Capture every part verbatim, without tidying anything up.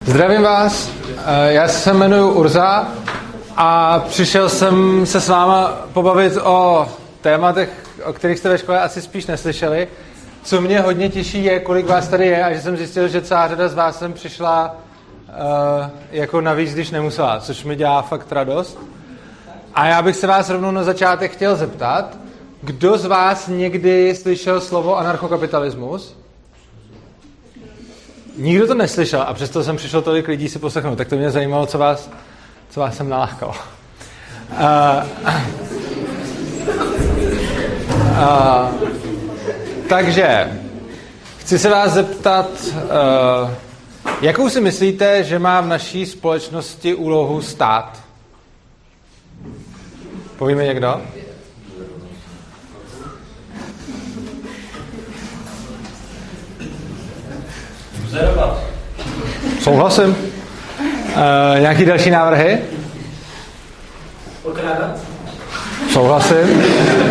Zdravím vás, já se jmenuji Urza a přišel jsem se s váma pobavit o tématech, o kterých jste ve škole asi spíš neslyšeli. Co mě hodně těší je, kolik vás tady je a že jsem zjistil, že celá řada z vás sem přišla uh, jako navíc, když nemusela, což mi dělá fakt radost. A já bych se vás rovnou na začátek chtěl zeptat, kdo z vás někdy slyšel slovo anarchokapitalismus? Nikdo to neslyšel a přesto jsem přišel tolik lidí si poslechnout, tak to mě zajímalo, co vás, co vás sem nalákalo. Uh, uh, takže chci se vás zeptat, uh, jakou si myslíte, že má v naší společnosti úlohu stát? Povíme někdo? Zerovat. Souhlasím. Uh, nějaký další návrhy? Okrádat. Souhlasím.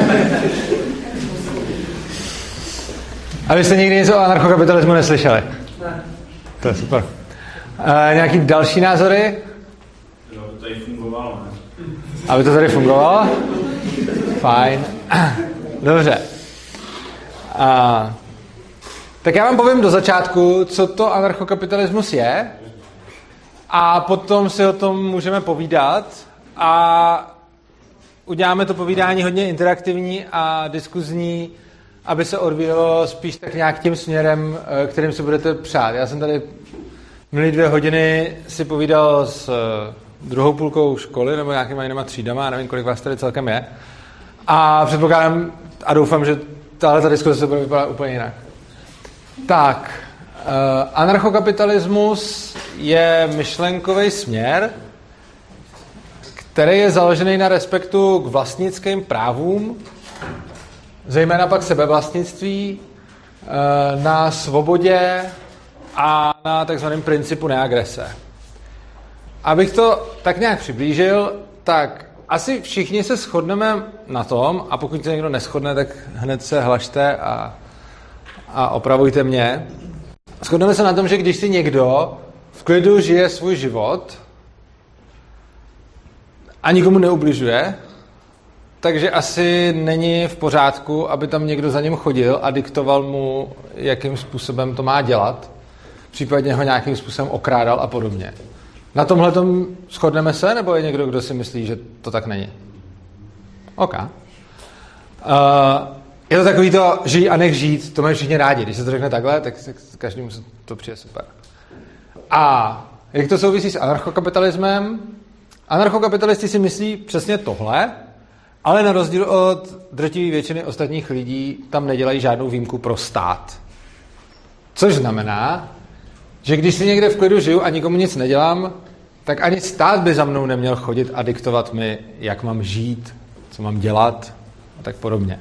A vy jste nikdy něco o anarchokapitalismu neslyšeli? Ne. To je super. Uh, nějaký další názory? Jo, to tady fungovalo, ne? Aby to tady fungovalo? Fajn. Dobře. Uh, tak já vám povím do začátku, co to anarchokapitalismus je a potom si o tom můžeme povídat a uděláme to povídání hodně interaktivní a diskuzní, aby se odvíjelo spíš tak nějak tím směrem, kterým si budete přát. Já jsem tady minulý dvě hodiny si povídal s druhou půlkou školy nebo nějakýma jinýma třídama, nevím, kolik vás tady celkem je. A předpokládám a doufám, že tahle ta diskuze se bude vypadat úplně jinak. Tak, uh, anarchokapitalismus je myšlenkový směr, který je založený na respektu k vlastnickým právům, zejména pak sebevlastnictví, uh, na svobodě a na takzvaném principu neagrese. Abych to tak nějak přiblížil, tak asi všichni se shodneme na tom, a pokud se někdo neshodne, tak hned se hlašte a a opravujte mě. Shodneme se na tom, že když si někdo v klidu žije svůj život a nikomu neubližuje, takže asi není v pořádku, aby tam někdo za ním chodil a diktoval mu, jakým způsobem to má dělat, případně ho nějakým způsobem okrádal a podobně. Na tomhletom shodneme se, nebo je někdo, kdo si myslí, že to tak není? OK. Uh, Je to takový to žij a nech žít, to mají všichni rádi. Když se to řekne takhle, tak každému se to přijde super. A jak to souvisí s anarchokapitalismem? Anarchokapitalisti si myslí přesně tohle, ale na rozdíl od drtivé většiny ostatních lidí tam nedělají žádnou výjimku pro stát. Což znamená, že když si někde v klidu žiju a nikomu nic nedělám, tak ani stát by za mnou neměl chodit a diktovat mi, jak mám žít, co mám dělat a tak podobně.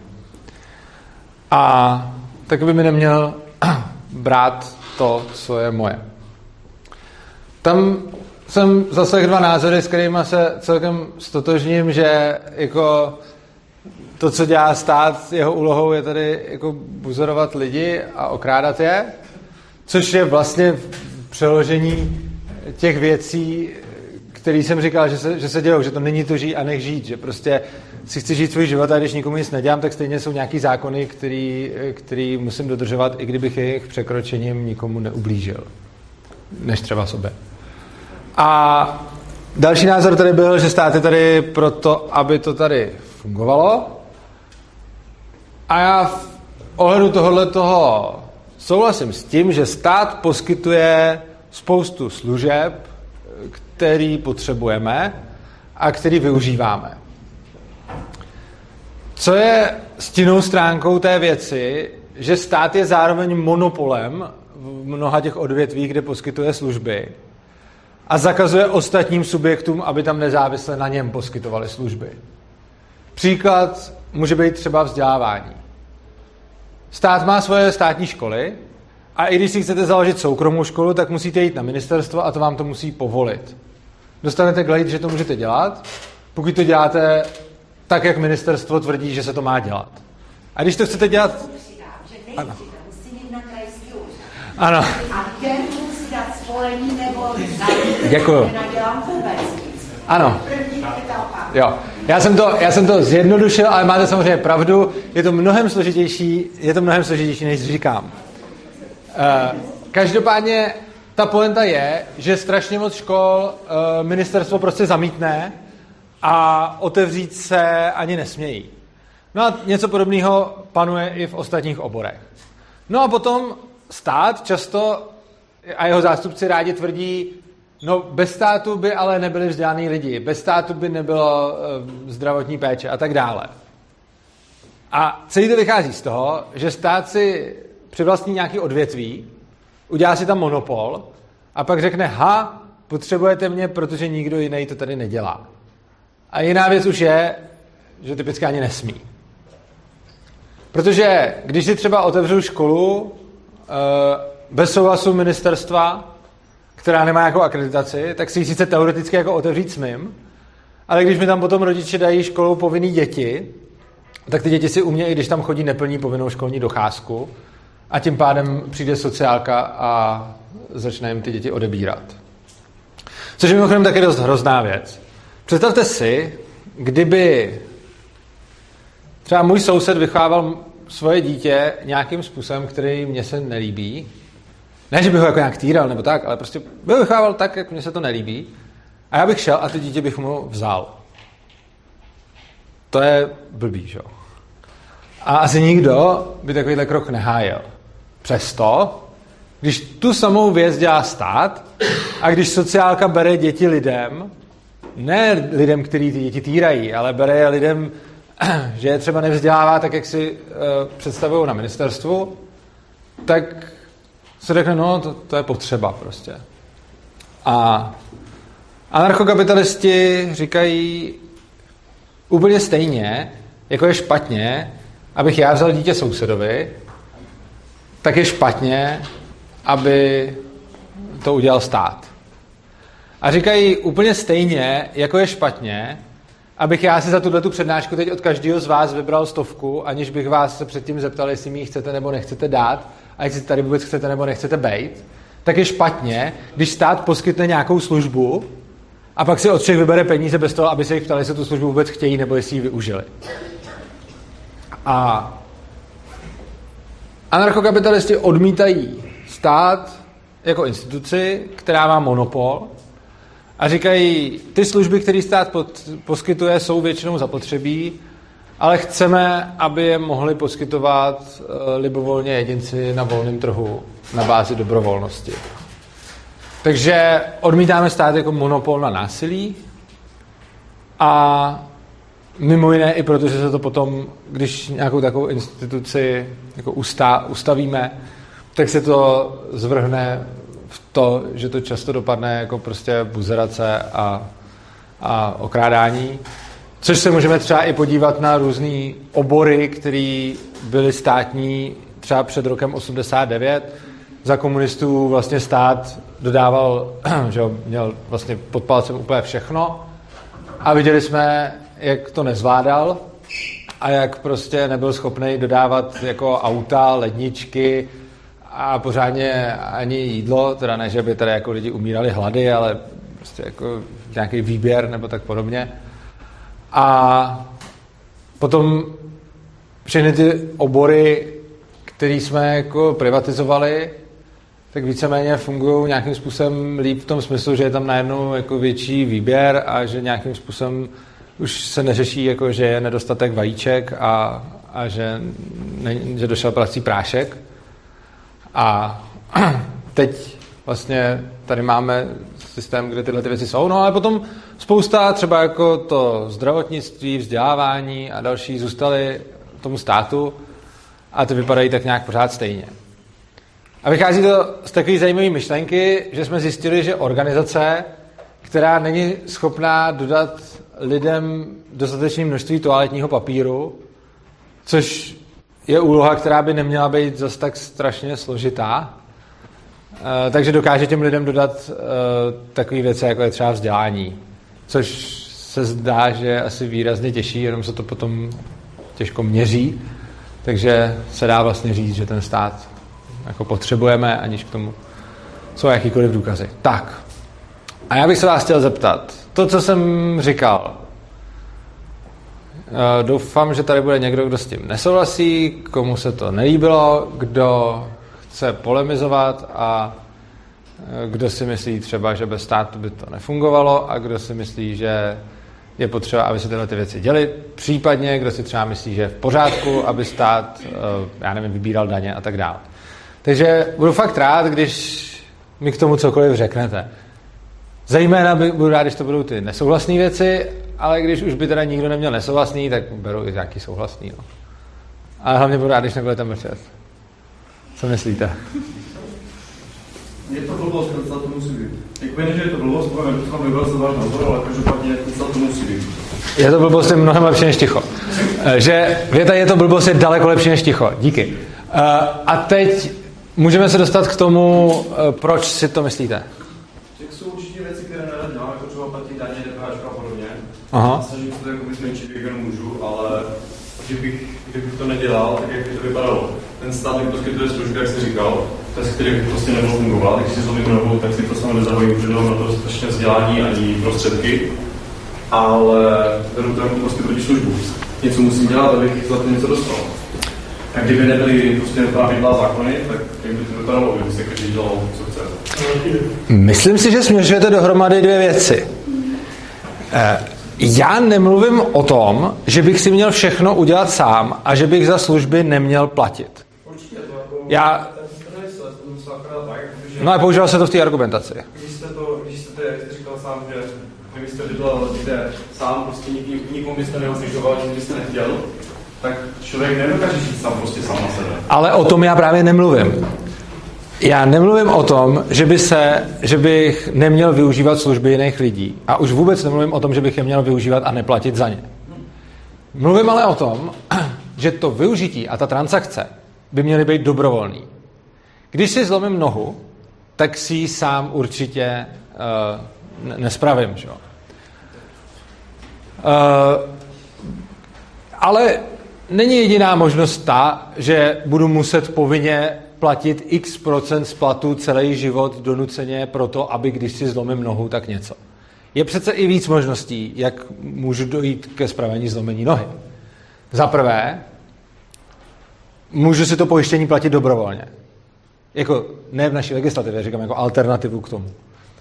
A tak by mi neměl brát to, co je moje. Tam jsem zaslech dva názory, s kterými se celkem stotožním, že jako to, co dělá stát, jeho úlohou je tady jako buzerovat lidi a okrádat je, což je vlastně přeložení těch věcí, který jsem říkal, že se, že se dějou, že to není to žij a nech žít, že prostě si chci žít svůj život a když nikomu nic nedělám, tak stejně jsou nějaký zákony, který, který musím dodržovat, i kdybych jejich překročením nikomu neublížil. Než třeba sobě. A další názor tady byl, že stát je tady proto, aby to tady fungovalo. A já v ohledu tohohle toho souhlasím s tím, že stát poskytuje spoustu služeb, který potřebujeme a který využíváme. Co je stinnou stránkou té věci, že stát je zároveň monopolem v mnoha těch odvětvích, kde poskytuje služby a zakazuje ostatním subjektům, aby tam nezávisle na něm poskytovali služby. Příklad může být třeba vzdělávání. Stát má svoje státní školy a i když si chcete založit soukromou školu, tak musíte jít na ministerstvo a to vám to musí povolit. Dostanete glejt, že to můžete dělat, pokud to děláte tak, jak ministerstvo tvrdí, že se to má dělat. A když to chcete dělat... Ano. Ano. A ten musí dát povolení nebo Děkuju. nenadělám vůbec nic. Ano. První etapa. Jo. Já jsem, to, já jsem to zjednodušil, ale máte samozřejmě pravdu. Je to mnohem složitější, je to mnohem složitější, než říkám. Uh, každopádně ta pointa je, že strašně moc škol uh, ministerstvo prostě zamítne a otevřít se ani nesmějí. No a něco podobného panuje i v ostatních oborech. No a potom stát často a jeho zástupci rádi tvrdí, no bez státu by ale nebyli vzdělaný lidi, bez státu by nebylo uh, zdravotní péče a tak dále. A celý to vychází z toho, že stát si přivlastní nějaký odvětví, udělá si tam monopol a pak řekne, ha, potřebujete mě, protože nikdo jiný to tady nedělá. A jiná věc už je, že typicky ani nesmí. Protože když si třeba otevřu školu e, bez souhlasu ministerstva, která nemá jako akreditaci, tak si ji sice teoreticky jako otevřít smím, ale když mi tam potom rodiče dají školou povinný děti, tak ty děti si u mě, i když tam chodí, neplní povinnou školní docházku a tím pádem přijde sociálka a začne jim ty děti odebírat. Což je mimochodem taky dost hrozná věc. Představte si, kdyby třeba můj soused vychovával svoje dítě nějakým způsobem, který mně se nelíbí. Ne, že bych ho jako nějak týral nebo tak, ale prostě by ho vychovával tak, jak mně se to nelíbí. A já bych šel a ty dítě bych mu vzal. To je blbý, že jo? A asi nikdo by takovýhle krok nehájil. Přesto, když tu samou věc dělá stát a když sociálka bere děti lidem, ne lidem, kteří ty děti týrají, ale bere je lidem, že je třeba nevzdělává tak, jak si uh, představují na ministerstvu, tak se řekne, no, to, to je potřeba prostě. A anarchokapitalisti říkají úplně stejně, jako je špatně, abych já vzal dítě sousedovi, tak je špatně, aby to udělal stát. A říkají úplně stejně, jako je špatně, abych já si za tuhletu přednášku teď od každého z vás vybral stovku, aniž bych vás se předtím zeptal, jestli mi ji chcete nebo nechcete dát a jestli tady vůbec chcete nebo nechcete bejt, tak je špatně, když stát poskytne nějakou službu a pak si od všech vybere peníze bez toho, aby se jich ptali, jestli tu službu vůbec chtějí nebo jestli ji využili. A anarchokapitalisti odmítají stát jako instituci, která má monopol a říkají, ty služby, které stát pod, poskytuje, jsou většinou zapotřebí, ale chceme, aby je mohli poskytovat e, libovolně jedinci na volném trhu na bázi dobrovolnosti. Takže odmítáme stát jako monopol na násilí a mimo jiné i proto, že se to potom, když nějakou takovou instituci jako ustá, ustavíme, tak se to zvrhne v to, že to často dopadne jako prostě buzerace a, a okrádání. Což se můžeme třeba i podívat na různý obory, které byly státní třeba před rokem osmdesát devět. Za komunistů vlastně stát dodával, že měl vlastně pod palcem úplně všechno a viděli jsme, jak to nezvládal a jak prostě nebyl schopný dodávat jako auta, ledničky a pořádně ani jídlo, teda ne, že by tady jako lidi umírali hlady, ale prostě jako nějaký výběr nebo tak podobně. A potom všechny ty obory, které jsme jako privatizovali, tak víceméně fungují nějakým způsobem líp v tom smyslu, že je tam najednou jako větší výběr a že nějakým způsobem už se neřeší, jako, že je nedostatek vajíček a, a že, ne, že došel prací prášek. A teď vlastně tady máme systém, kde tyhle ty věci jsou. No ale potom spousta třeba jako to zdravotnictví, vzdělávání a další zůstaly tomu státu a ty vypadají tak nějak pořád stejně. A vychází to z takové zajímavé myšlenky, že jsme zjistili, že organizace, která není schopná dodat lidem dostatečné množství toaletního papíru, což je úloha, která by neměla být zase tak strašně složitá, takže dokáže těm lidem dodat takové věci, jako je třeba vzdělání, což se zdá, že je asi výrazně těžší, jenom se to potom těžko měří, takže se dá vlastně říct, že ten stát jako potřebujeme, aniž k tomu jsou jakýkoliv důkazy. Tak. A já bych se vás chtěl zeptat. To, co jsem říkal, doufám, že tady bude někdo, kdo s tím nesouhlasí, komu se to nelíbilo, kdo chce polemizovat a kdo si myslí třeba, že bez státu by to nefungovalo a kdo si myslí, že je potřeba, aby se tyhle ty věci děly. Případně, kdo si třeba myslí, že je v pořádku, aby stát, já nevím, vybíral daně a tak dále. Takže budu fakt rád, když mi k tomu cokoliv řeknete. Zejména budu rád, když to budou ty nesouhlasné věci, ale když už by teda nikdo neměl nesouhlasný, tak beru i nějaký souhlasný. No. Ale hlavně budu rád, když nebudete mlčet. Co myslíte? Je to blbost, ten stát to musí být. Jak vím, že je to blbost, povím, že to byl za váš názor, ale každopádně ten stát to musí být. Je to blbost, je mnohem lepší než ticho. Že věta je to blbost, je daleko lepší než ticho. Díky. A teď můžeme se dostat k tomu, proč si to myslíte. Tak jsou určitě věci, které nerad dělám, jako třeba platit daně, D P H a podobně. Aha. Snažím se to jako zmenšit, jak jenom můžu, ale kdybych, kdybych to nedělal, tak jak by to vypadalo. Ten stát mi poskytuje služby, jak jsi říkal, bez kterých bych prostě nemohl fungovat. Když si zlomím nohou, tak si to samo nezavojím, protože nemám na to dostatečné vzdělání ani prostředky. Ale beru to jako poskytovat službu. Něco musím dělat, abych za to něco dostal. A kdyby nebyly prostě pravidla zákony, tak jak by to vypadalo, kdyby se každý dělal, co chce. Myslím si, že směřujete dohromady dvě věci. Já nemluvím o tom, že bych si měl všechno udělat sám a že bych za služby neměl platit. Určitě to jako... Já... No a používal se to v té argumentaci. Když jste to, když jste, jak jste říkal sám, že kdybyste bydlel někde sám, prostě nik, nikomu byste neobližoval, že byste nechtěl, tak člověk nedokáže žít sám prostě sám na sebe. Ale o tom já právě nemluvím. Já nemluvím o tom, že, by se, že bych neměl využívat služby jiných lidí. A už vůbec nemluvím o tom, že bych je měl využívat a neplatit za ně. Mluvím ale o tom, že to využití a ta transakce by měly být dobrovolný. Když si zlomím nohu, tak si ji sám určitě uh, nespravím. Že? Uh, ale není jediná možnost ta, že budu muset povinně platit x procent z platu celý život donuceně proto, aby když si zlomím nohu, tak něco. Je přece i víc možností, jak můžu dojít ke spravení zlomení nohy. Za prvé, můžu si to pojištění platit dobrovolně. Jako, ne v naší legislativě, říkám jako alternativu k tomu. Uh,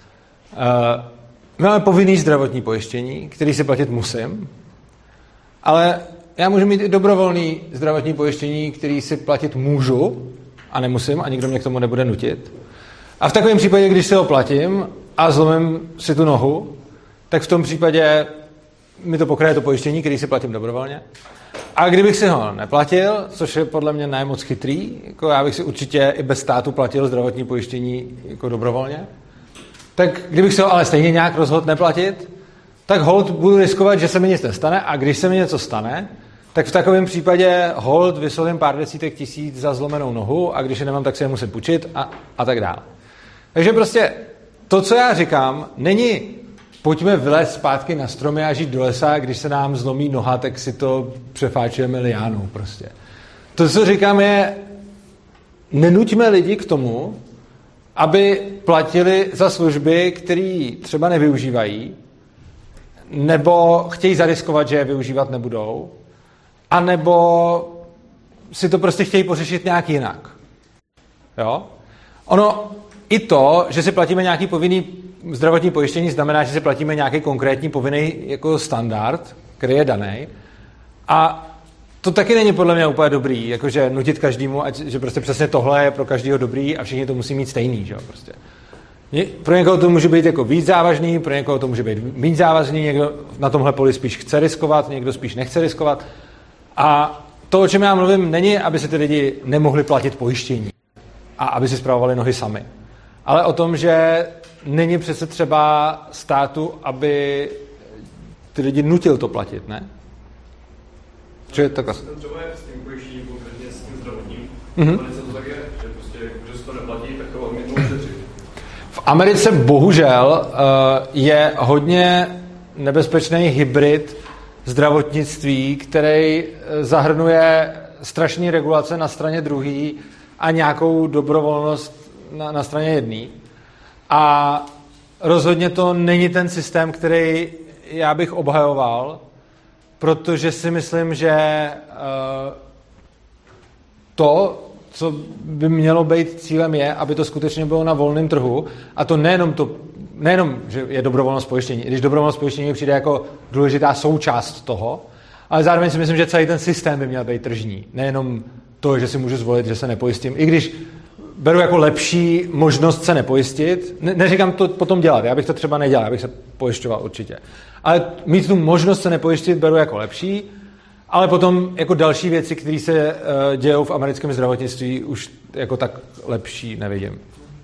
my máme povinný zdravotní pojištění, který si platit musím, ale já můžu mít i dobrovolný zdravotní pojištění, který si platit můžu a nemusím a nikdo mě k tomu nebude nutit. A v takovém případě, když si ho platím a zlomím si tu nohu, tak v tom případě mi to pokryje to pojištění, který si platím dobrovolně. A kdybych si ho neplatil, což je podle mě nejmoc chytrý, jako já bych si určitě i bez státu platil zdravotní pojištění jako dobrovolně, tak kdybych si ho ale stejně nějak rozhodl neplatit, tak hold budu riskovat, že se mi nic nestane a když se mi něco stane, tak v takovém případě hold vysolím pár desítek tisíc za zlomenou nohu a když je nemám, tak si je musím půjčit a, a tak dále. Takže prostě to, co já říkám, není pojďme vylézt zpátky na stromy a žít do lesa a když se nám zlomí noha, tak si to přefáčujeme liánou prostě. To, co říkám, je nenuťme lidi k tomu, aby platili za služby, které třeba nevyužívají, nebo chtějí zariskovat, že je využívat nebudou, anebo si to prostě chtějí pořešit nějak jinak. Jo? Ono, i to, že si platíme nějaký povinný zdravotní pojištění, znamená, že si platíme nějaký konkrétní povinný jako standard, který je daný. A to taky není podle mě úplně dobrý, jakože nutit každému, ať, že prostě přesně tohle je pro každého dobrý a všichni to musí mít stejný. Že? Prostě. Pro někoho to může být jako víc závažný, pro někoho to může být méně závažný, někdo na tomhle poli spíš chce riskovat, někdo spíš nechce riskovat. A to, o čem já mluvím, není, aby se ty lidi nemohli platit pojištění a aby si spravovali nohy sami. Ale o tom, že není přece třeba státu, aby ty lidi nutil to platit, ne? Čo je takhle? Ten třeba je s tím pojištěním, konkrétně s tím zdravotním. Mm-hmm. V Americe to tak je, že prostě, když se to neplatí, tak to odmětnou ušetřit. V Americe bohužel je hodně nebezpečný hybrid zdravotnictví, který zahrnuje strašný regulace na straně druhý a nějakou dobrovolnost na, na straně jedný. A rozhodně to není ten systém, který já bych obhajoval, protože si myslím, že uh, to, co by mělo být cílem, je, aby to skutečně bylo na volném trhu. A to nejenom, to, nejenom že je dobrovolnost pojištění, i když dobrovolnost pojištění přijde jako důležitá součást toho, ale zároveň si myslím, že celý ten systém by měl být tržní. Nejenom to, že si můžu zvolit, že se nepojistím. I když beru jako lepší možnost se nepojistit. Ne, neříkám to potom dělat, já bych to třeba nedělal, já bych se pojišťoval určitě. Ale mít tu možnost se nepojistit beru jako lepší, ale potom jako další věci, které se uh, dějou v americkém zdravotnictví, už jako tak lepší nevidím.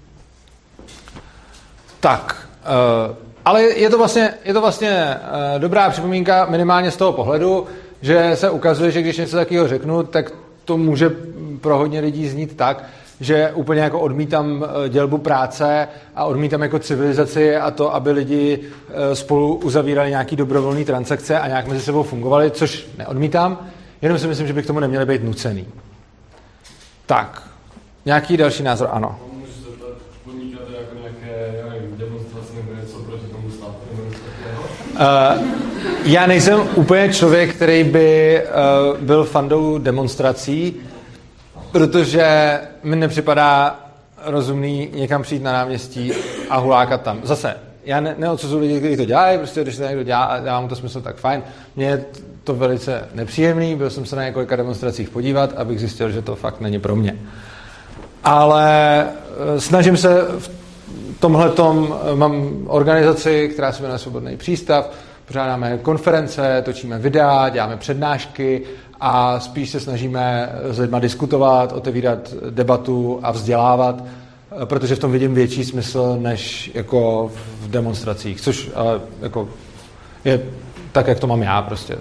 Tak, uh, ale je to vlastně, je to vlastně uh, dobrá připomínka minimálně z toho pohledu, že se ukazuje, že když něco takového řeknu, tak to může pro hodně lidí znít tak, že úplně jako odmítám dělbu práce a odmítám jako civilizaci a to, aby lidi spolu uzavírali nějaký dobrovolný transakce a nějak mezi sebou fungovali, což neodmítám, jenom si myslím, že by k tomu neměli být nucený. Tak, nějaký další názor? Ano. Můžu se zeptat, podnikáte jako nějaké, já nevím, demonstrace nebo něco proti tomu státu nebo něco takového? Uh, já nejsem úplně člověk, který by uh, byl fandou demonstrací, protože mi nepřipadá rozumný někam přijít na náměstí a hulákat tam. Zase, já ne, neodsuzuji lidi, kteří to dělají, prostě když to někdo dělá a dávám to smysl, tak fajn. Mně je to velice nepříjemný, byl jsem se na několika demonstracích podívat, abych zjistil, že to fakt není pro mě. Ale snažím se v tomhletom, mám organizaci, která se jmenuje Svobodný přístav, pořádáme konference, točíme videa, děláme přednášky a spíš se snažíme s lidma diskutovat, otevírat debatu a vzdělávat, protože v tom vidím větší smysl, než jako v demonstracích, což ale jako je tak, jak to mám já prostě.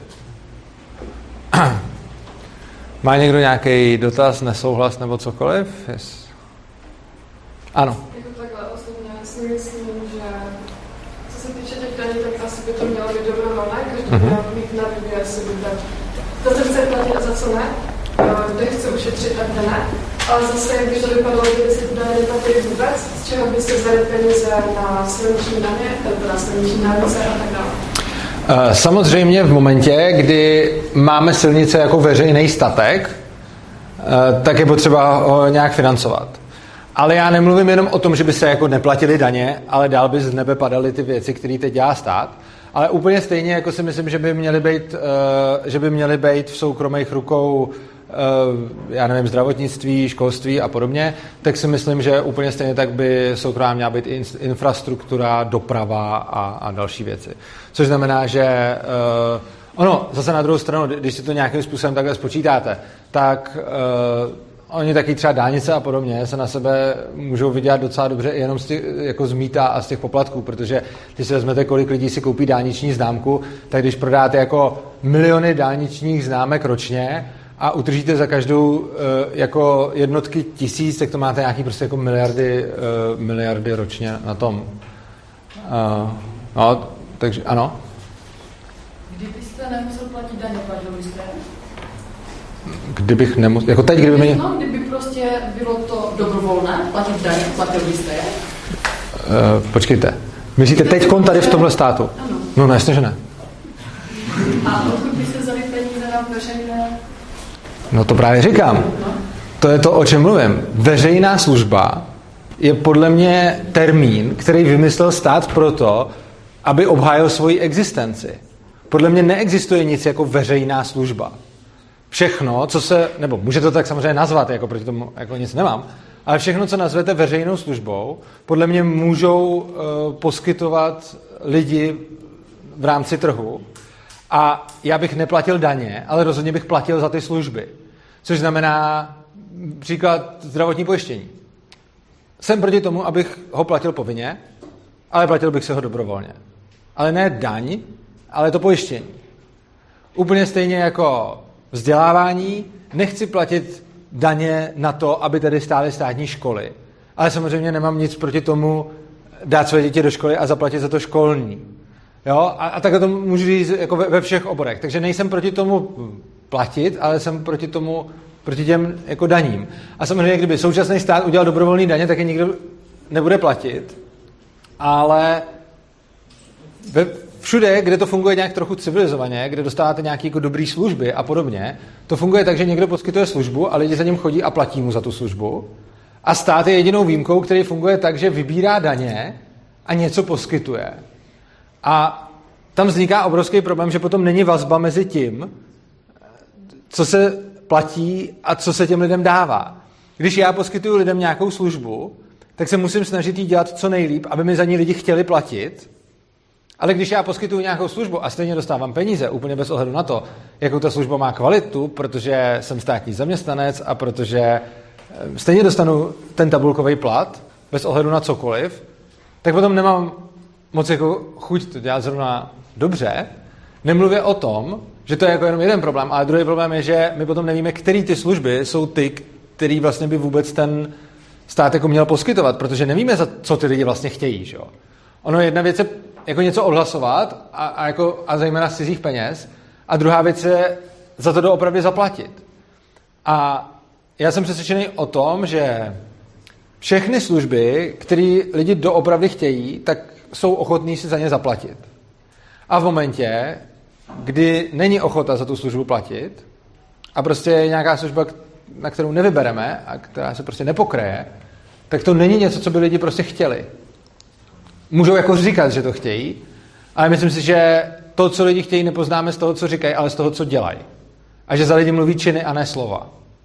Má někdo nějaký dotaz, nesouhlas nebo cokoliv? Yes. Ano. Jako takhle osobně si myslím, že co se týče těch daní, tak asi by to mělo být dobrovolné, každý by měl mít na výběr si vybrat. To se chce platit a za co ne, kdo chce ušetřit, tak jde ne. Ale zase, jak by to vypadalo, kdyby si to daně neplatili vůbec, z čeho by se vzali peníze na silniční daně, teda silniční národce a tak dále. Samozřejmě v momentě, kdy máme silnice jako veřejný statek, tak je potřeba ho nějak financovat. Ale já nemluvím jenom o tom, že by se jako neplatili daně, ale dál by z nebe padaly ty věci, které teď dělá stát. Ale úplně stejně, jako si myslím, že by měly být, že by měly být v soukromých rukou, já nevím, zdravotnictví, školství a podobně, tak si myslím, že úplně stejně tak by soukromá měla být infrastruktura, doprava a, a další věci. Což znamená, že uh, ono, zase na druhou stranu, když si to nějakým způsobem takhle spočítáte, tak uh, oni taky třeba dálnice a podobně se na sebe můžou vydělat docela dobře i jenom z, těch, jako z mýta a z těch poplatků, protože když si vezmete, kolik lidí si koupí dálniční známku, tak když prodáte jako miliony dálničních známek ročně a utržíte za každou jako jednotky tisíc, tak to máte nějaký prostě jako miliardy, miliardy ročně na tom. No, takže ano. Kdybyste nemusel platit daně, platil byste? Kdybych nemusel, jako teď, kdyby mě... No, kdyby prostě bylo to dobrovolné, platit daně, platil byste je? Uh, počkejte, myslíte teďkon tady v tomhle státu? Ano. No, no jasně, že ne. A odkud byste vzali peníze na veřejné? No to právě říkám. To je to, o čem mluvím. Veřejná služba je podle mě termín, který vymyslel stát proto, aby obhájil svoji existenci. Podle mě neexistuje nic jako veřejná služba. Všechno, co se, nebo může to tak samozřejmě nazvat, jako proti tomu jako nic nemám, ale všechno, co nazvete veřejnou službou, podle mě můžou uh, poskytovat lidi v rámci trhu a já bych neplatil daně, ale rozhodně bych platil za ty služby. Což znamená příklad zdravotní pojištění. Jsem proti tomu, abych ho platil povinně, ale platil bych se ho dobrovolně. Ale ne daň, ale to pojištění. Úplně stejně jako vzdělávání, nechci platit daně na to, aby tady stály státní školy. Ale samozřejmě nemám nic proti tomu dát své děti do školy a zaplatit za to školní. Jo? A, a takhle to můžu říct jako ve, ve všech oborech. Takže nejsem proti tomu platit, ale jsem proti tomu, proti těm jako daním. A samozřejmě, kdyby současný stát udělal dobrovolný daně, tak je nikdo nebude platit. ale ve, všude, kde to funguje nějak trochu civilizovaně, kde dostáváte nějaké jako dobré služby a podobně, to funguje tak, že někdo poskytuje službu a lidi za ním chodí a platí mu za tu službu. A stát je jedinou výjimkou, který funguje tak, že vybírá daně a něco poskytuje. A tam vzniká obrovský problém, že potom není vazba mezi tím, co se platí a co se těm lidem dává. Když já poskytuju lidem nějakou službu, tak se musím snažit jí dělat co nejlíp, aby mi za ní lidi chtěli platit. Ale když já poskytuju nějakou službu a stejně dostávám peníze, úplně bez ohledu na to, jakou ta služba má kvalitu, protože jsem státní zaměstnanec a protože stejně dostanu ten tabulkový plat, bez ohledu na cokoliv, tak potom nemám moc jako chuť to dělat zrovna dobře. Nemluvě o tom, že to je jako jenom jeden problém, ale druhý problém je, že my potom nevíme, který ty služby jsou ty, který vlastně by vůbec ten stát jako měl poskytovat, protože nevíme, za co ty lidi vlastně chtějí. Že? Ono jedna věc je jako něco odhlasovat a, a, jako, a zejména z cizích peněz a druhá věc je za to doopravdy zaplatit. A já jsem přesvědčený o tom, že všechny služby, které lidi doopravdy chtějí, tak jsou ochotní si za ně zaplatit. A v momentě, kdy není ochota za tu službu platit a prostě je nějaká služba, na kterou nevybereme a která se prostě nepokryje, tak to není něco, co by lidi prostě chtěli. Můžou jako říkat, že to chtějí, ale myslím si, že to, co lidi chtějí, nepoznáme z toho, co říkají, ale z toho, co dělají. A že za lidi mluví činy a ne slova.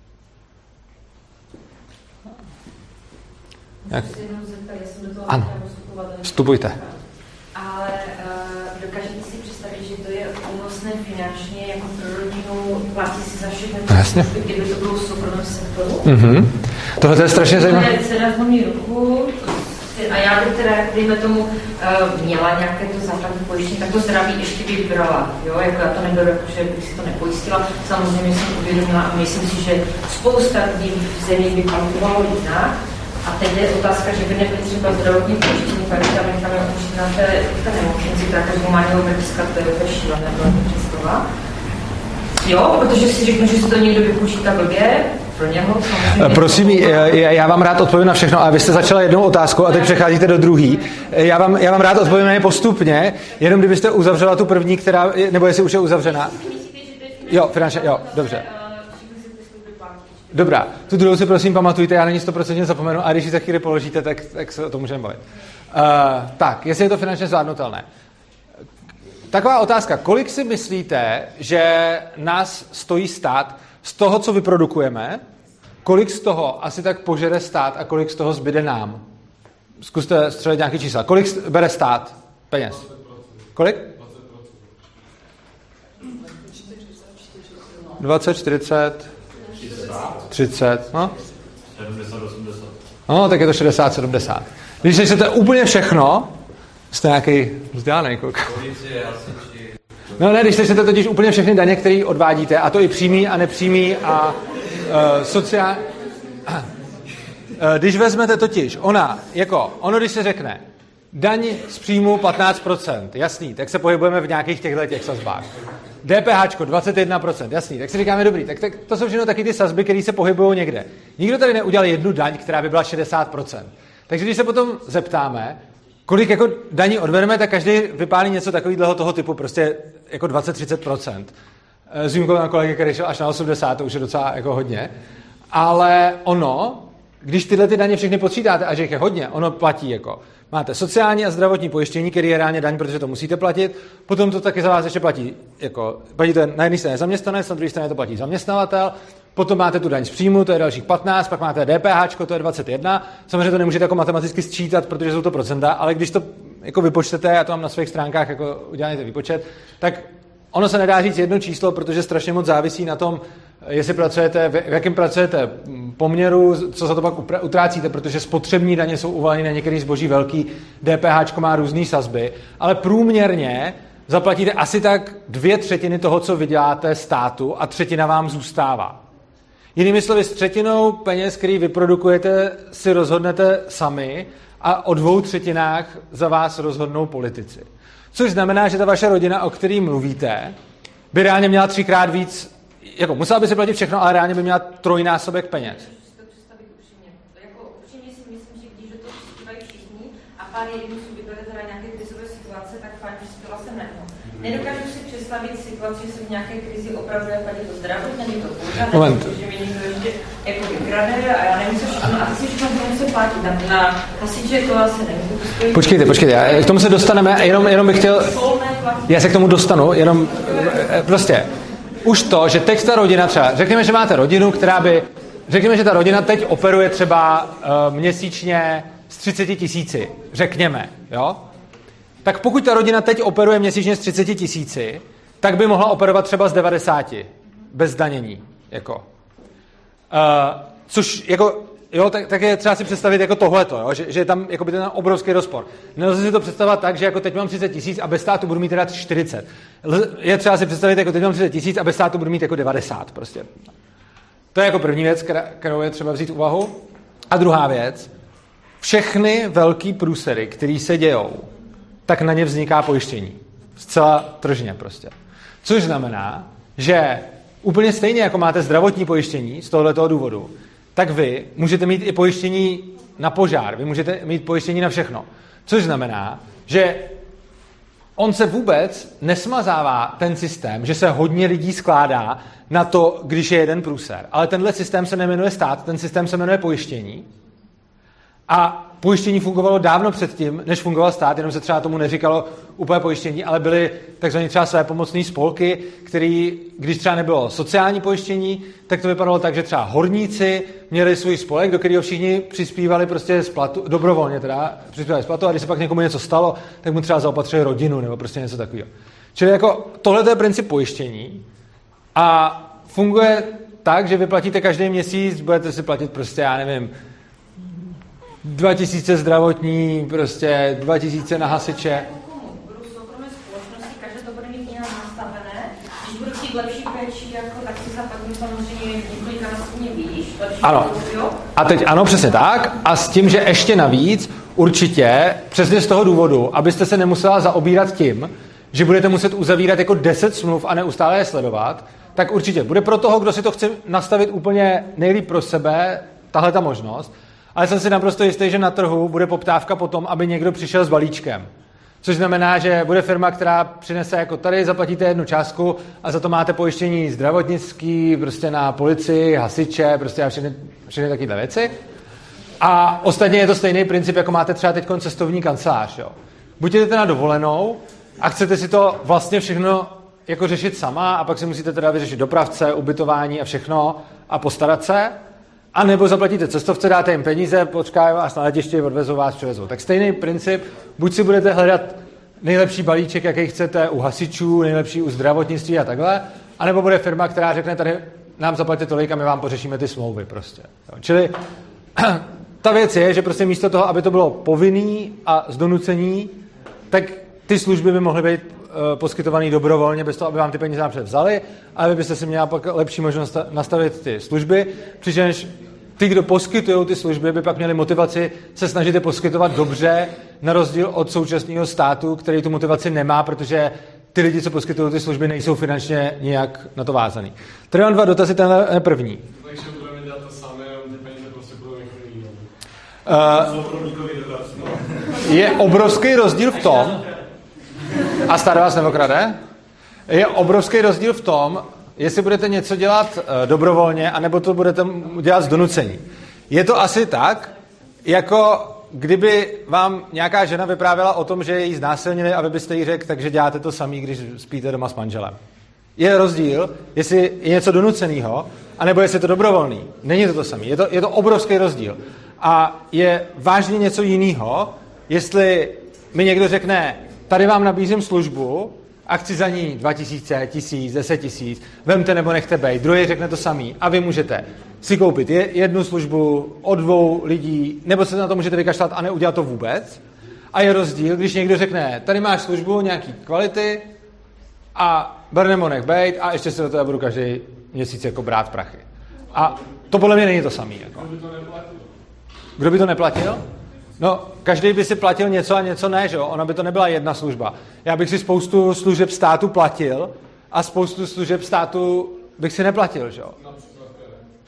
Jak? Ano, vstupujte. Ale uh, dokážete si představit, že to je únosné finančně jako pro rodinu, platí si za všechny služby, kdyby to bylo v soukromém sektoru? Mm-hmm. Tohle je strašně zajímavé. To je dcera zlomí ruku a já bych teda, dejme tomu, uh, měla nějaké to základní pojištění, tak to zdraví ještě by vybrala. Jo? Jako já to neberu, že bych si to nepojistila. Samozřejmě jsem uvědomila a myslím si, že spousta lidí v zemi by kalkulovalo jinak. A teď je otázka, že by nebyly třeba zdravotní pojištění, pak tam necháme opuštět na té, té nemocnici, tak jako humánního hlediska, to je úplně šílené, byla to představa. Jo, protože si řeknu, že si to někdo vypočítá blbě, pro něho samozřejmě... Prosím, já vám rád odpovím na všechno, ale vy jste začala jednou otázkou a teď přecházíte do druhý. Já vám, já vám rád odpovím na ně postupně, jenom kdybyste uzavřela tu první, která, nebo jestli už je uzavřená. Jo, finančně, jo, dobře. Dobrá, tu druhou si prosím pamatujte, já na ní sto procent zapomenu a když ji za chvíli položíte, tak, tak se o tom můžeme bavit. Uh, tak, jestli je to finančně zvládnutelné. Taková otázka, kolik si myslíte, že nás stojí stát z toho, co vyprodukujeme, kolik z toho asi tak požere stát a kolik z toho zbyde nám? Zkuste střelit nějaký čísla. Kolik bere stát peněz? Kolik? dvacet, čtyřicet, třicet, no? sedmdesát, osmdesát. No, tak je to šedesát, sedmdesát. Když sečtete úplně všechno, jste nějaký vzdálený kouk. No ne, když sečtete totiž úplně všechny daně, které odvádíte, a to i přímý a nepřímý a uh, sociální... Uh, když vezmete totiž, ona, jako, ono, když se řekne, daň z příjmu patnáct procent, jasný, tak se pohybujeme v nějakých těchto těch sazbách. DPHčko dvacet jedna procent, jasný, tak si říkáme dobrý, tak, tak to jsou všechno taky ty sazby, které se pohybují někde. Nikdo tady neudělal jednu daň, která by byla šedesát procent. Takže když se potom zeptáme, kolik jako daní odvedeme, tak každý vypálí něco takového toho typu, prostě jako dvacet třicet procent. S výjimkou na kolegy, který šel až na osmdesát, to už je docela jako hodně. Ale ono, když tyhle ty daně všechny počítáte a že jich je hodně, ono platí jako máte sociální a zdravotní pojištění, který je reálně daň, protože to musíte platit, potom to taky za vás ještě platí, jako platíte na jedné straně zaměstnanec, na druhé straně to platí zaměstnavatel, potom máte tu daň z příjmu, to je dalších patnáct, pak máte DPHčko, to je dvacet jedna, samozřejmě to nemůžete jako matematicky sčítat, protože jsou to procenta, ale když to jako vypočtete, já to mám na svých stránkách, jako uděláte výpočet, tak ono se nedá říct jedno číslo, protože strašně moc závisí na tom, jestli pracujete, v jakém pracujete poměru, co za to pak utrácíte, protože spotřební daně jsou uvaleny na některý zboží velký, DPHčko má různý sazby, ale průměrně zaplatíte asi tak dvě třetiny toho, co vyděláte státu a třetina vám zůstává. Jinými slovy, s třetinou peněz, který vyprodukujete, si rozhodnete sami a o dvou třetinách za vás rozhodnou politici. Což znamená, že ta vaše rodina, o který mluvíte, by reálně měla třikrát víc, jako musela by si platit všechno, ale reálně by měla trojnásobek peněz. To představit upřímně. Jako upřímně si myslím, že když do toho přispívají všichni a pár jedinů subjektů valorizace, tak fajn, přispěla jsem na něho. Nedokážu si představit situaci, že se v nějaké krizi opravdu platí to zdravotně, není to pořád, že mi někdo ještě jako vykrade a já nevím, co všechno, a si všechno tomu se platí, tam na hasiče to asi nevím. Počkejte, počkejte, k tomu se dostaneme, jenom, jenom bych chtěl, já se k tomu dostanu, jenom prostě, už to, že teď ta rodina třeba, řekněme, že máte rodinu, která by, řekněme, že ta rodina teď operuje třeba uh, měsíčně s třiceti tisíci, řekněme, jo? Tak pokud ta rodina teď operuje měsíčně s třiceti tisíci, tak by mohla operovat třeba z devadesáti, bez zdanění, jako. Uh, což, jako, jo, tak, tak je třeba si představit jako tohleto, jo? Že, že je tam jako by ten obrovský rozpor. Nelze si to představit tak, že jako teď mám třicet tisíc a bez státu budu mít teda čtyřicet. Je třeba si představit, jako teď mám třicet tisíc a bez státu budu mít jako devadesát, prostě. To je jako první věc, kterou je třeba vzít v úvahu. A druhá věc, všechny velký průsery, které se dějou, tak na ně vzniká pojištění. Zcela tržně prostě. Což znamená, že úplně stejně, jako máte zdravotní pojištění z tohoto důvodu, tak vy můžete mít i pojištění na požár, vy můžete mít pojištění na všechno. Což znamená, že on se vůbec nesmazává ten systém, že se hodně lidí skládá na to, když je jeden průser. Ale tenhle systém se nejmenuje stát, ten systém se jmenuje pojištění. A pojištění fungovalo dávno předtím, než fungoval stát, jenom se třeba tomu neříkalo úplně pojištění, ale byly takzvané třeba své pomocné spolky, který, když třeba nebylo sociální pojištění, tak to vypadalo tak, že třeba horníci měli svůj spolek, do kterého všichni přispívali prostě z platu, dobrovolně teda přispívali z platu, a když se pak někomu něco stalo, tak mu třeba zaopatřili rodinu nebo prostě něco takového. Čili jako tohle je princip pojištění a funguje tak, že vy platíte každý měsíc, budete si platit prostě, já nevím, dva tisíce zdravotní, prostě dva tisíce na hasiče. Budou soukromé společnosti, každé to bude mít nějak nastavené. Když budu chtít lepší péči, jako, tak si zaplatím samozřejmě několikanásobně výš. Ano. A teď ano, přesně tak. A s tím, že ještě navíc, určitě, přesně z toho důvodu, abyste se nemusela zaobírat tím, že budete muset uzavírat jako deset smluv a neustále je sledovat, tak určitě bude pro toho, kdo si to chce nastavit úplně nejlíp pro sebe, tahle ta možnost. Ale jsem si naprosto jistý, že na trhu bude poptávka po tom, aby někdo přišel s balíčkem. Což znamená, že bude firma, která přinese jako tady, zaplatíte jednu částku a za to máte pojištění zdravotnický, prostě na policii, hasiče, prostě a všechny, všechny takové věci. A ostatně je to stejný princip, jako máte třeba teď cestovní kancelář. Jo. Buď jdete na dovolenou a chcete si to vlastně všechno jako řešit sama a pak si musíte teda vyřešit dopravce, ubytování a všechno a postarat se, a nebo zaplatíte cestovce, dáte jim peníze, počkají vás na letišti, odvezou vás, přivezou. Tak stejný princip, buď si budete hledat nejlepší balíček, jaký chcete u hasičů, nejlepší u zdravotnictví a takhle, anebo bude firma, která řekne, tady nám zaplatíte tolik a my vám pořešíme ty smlouvy prostě. Jo. Čili ta věc je, že prostě místo toho, aby to bylo povinný a z donucení, tak ty služby by mohly být uh, poskytované dobrovolně, bez toho, aby vám ty peníze napřed vzali, ale vy byste si měla pak lepší možnost nastavit ty služby, přičemž ty, kdo poskytují ty služby, by pak měli motivaci se snažit je poskytovat dobře, na rozdíl od současného státu, který tu motivaci nemá, protože ty lidi, co poskytují ty služby, nejsou finančně nějak na to vázaný. Tady mám dva dotazy, ten je první. Takže budeme dělat to samé, jenom ty peníze prostě budou několik uh, Je obrovský rozdíl v tom, a stát vás neokrade, je obrovský rozdíl v tom, jestli budete něco dělat uh, dobrovolně, anebo to budete dělat z donucení. Je to asi tak, jako kdyby vám nějaká žena vyprávěla o tom, že jí znásilnili a vy byste jí řekl, takže děláte to samý, když spíte doma s manželem. Je rozdíl, jestli je něco donuceného, anebo jestli je to dobrovolný. Není to to samý. Je to, je to obrovský rozdíl. A je vážně něco jiného, jestli mi někdo řekne, tady vám nabízím službu a chci za ní dva tisíce, tisíc, deset tisíc, vemte nebo nechte bejt. Druhý řekne to samý a vy můžete si koupit jednu službu od dvou lidí, nebo se na to můžete vykašlat a neudělat to vůbec. A je rozdíl, když někdo řekne, tady máš službu nějaký kvality a ber nebo nech bejt a ještě se do toho budu každý měsíc jako brát prachy. A to podle mě není to samý. Jako. Kdo by to neplatil? Kdo by to neplatil? No, každý by si platil něco a něco ne, že jo? Ona by to nebyla jedna služba. Já bych si spoustu služeb státu platil a spoustu služeb státu bych si neplatil, že jo?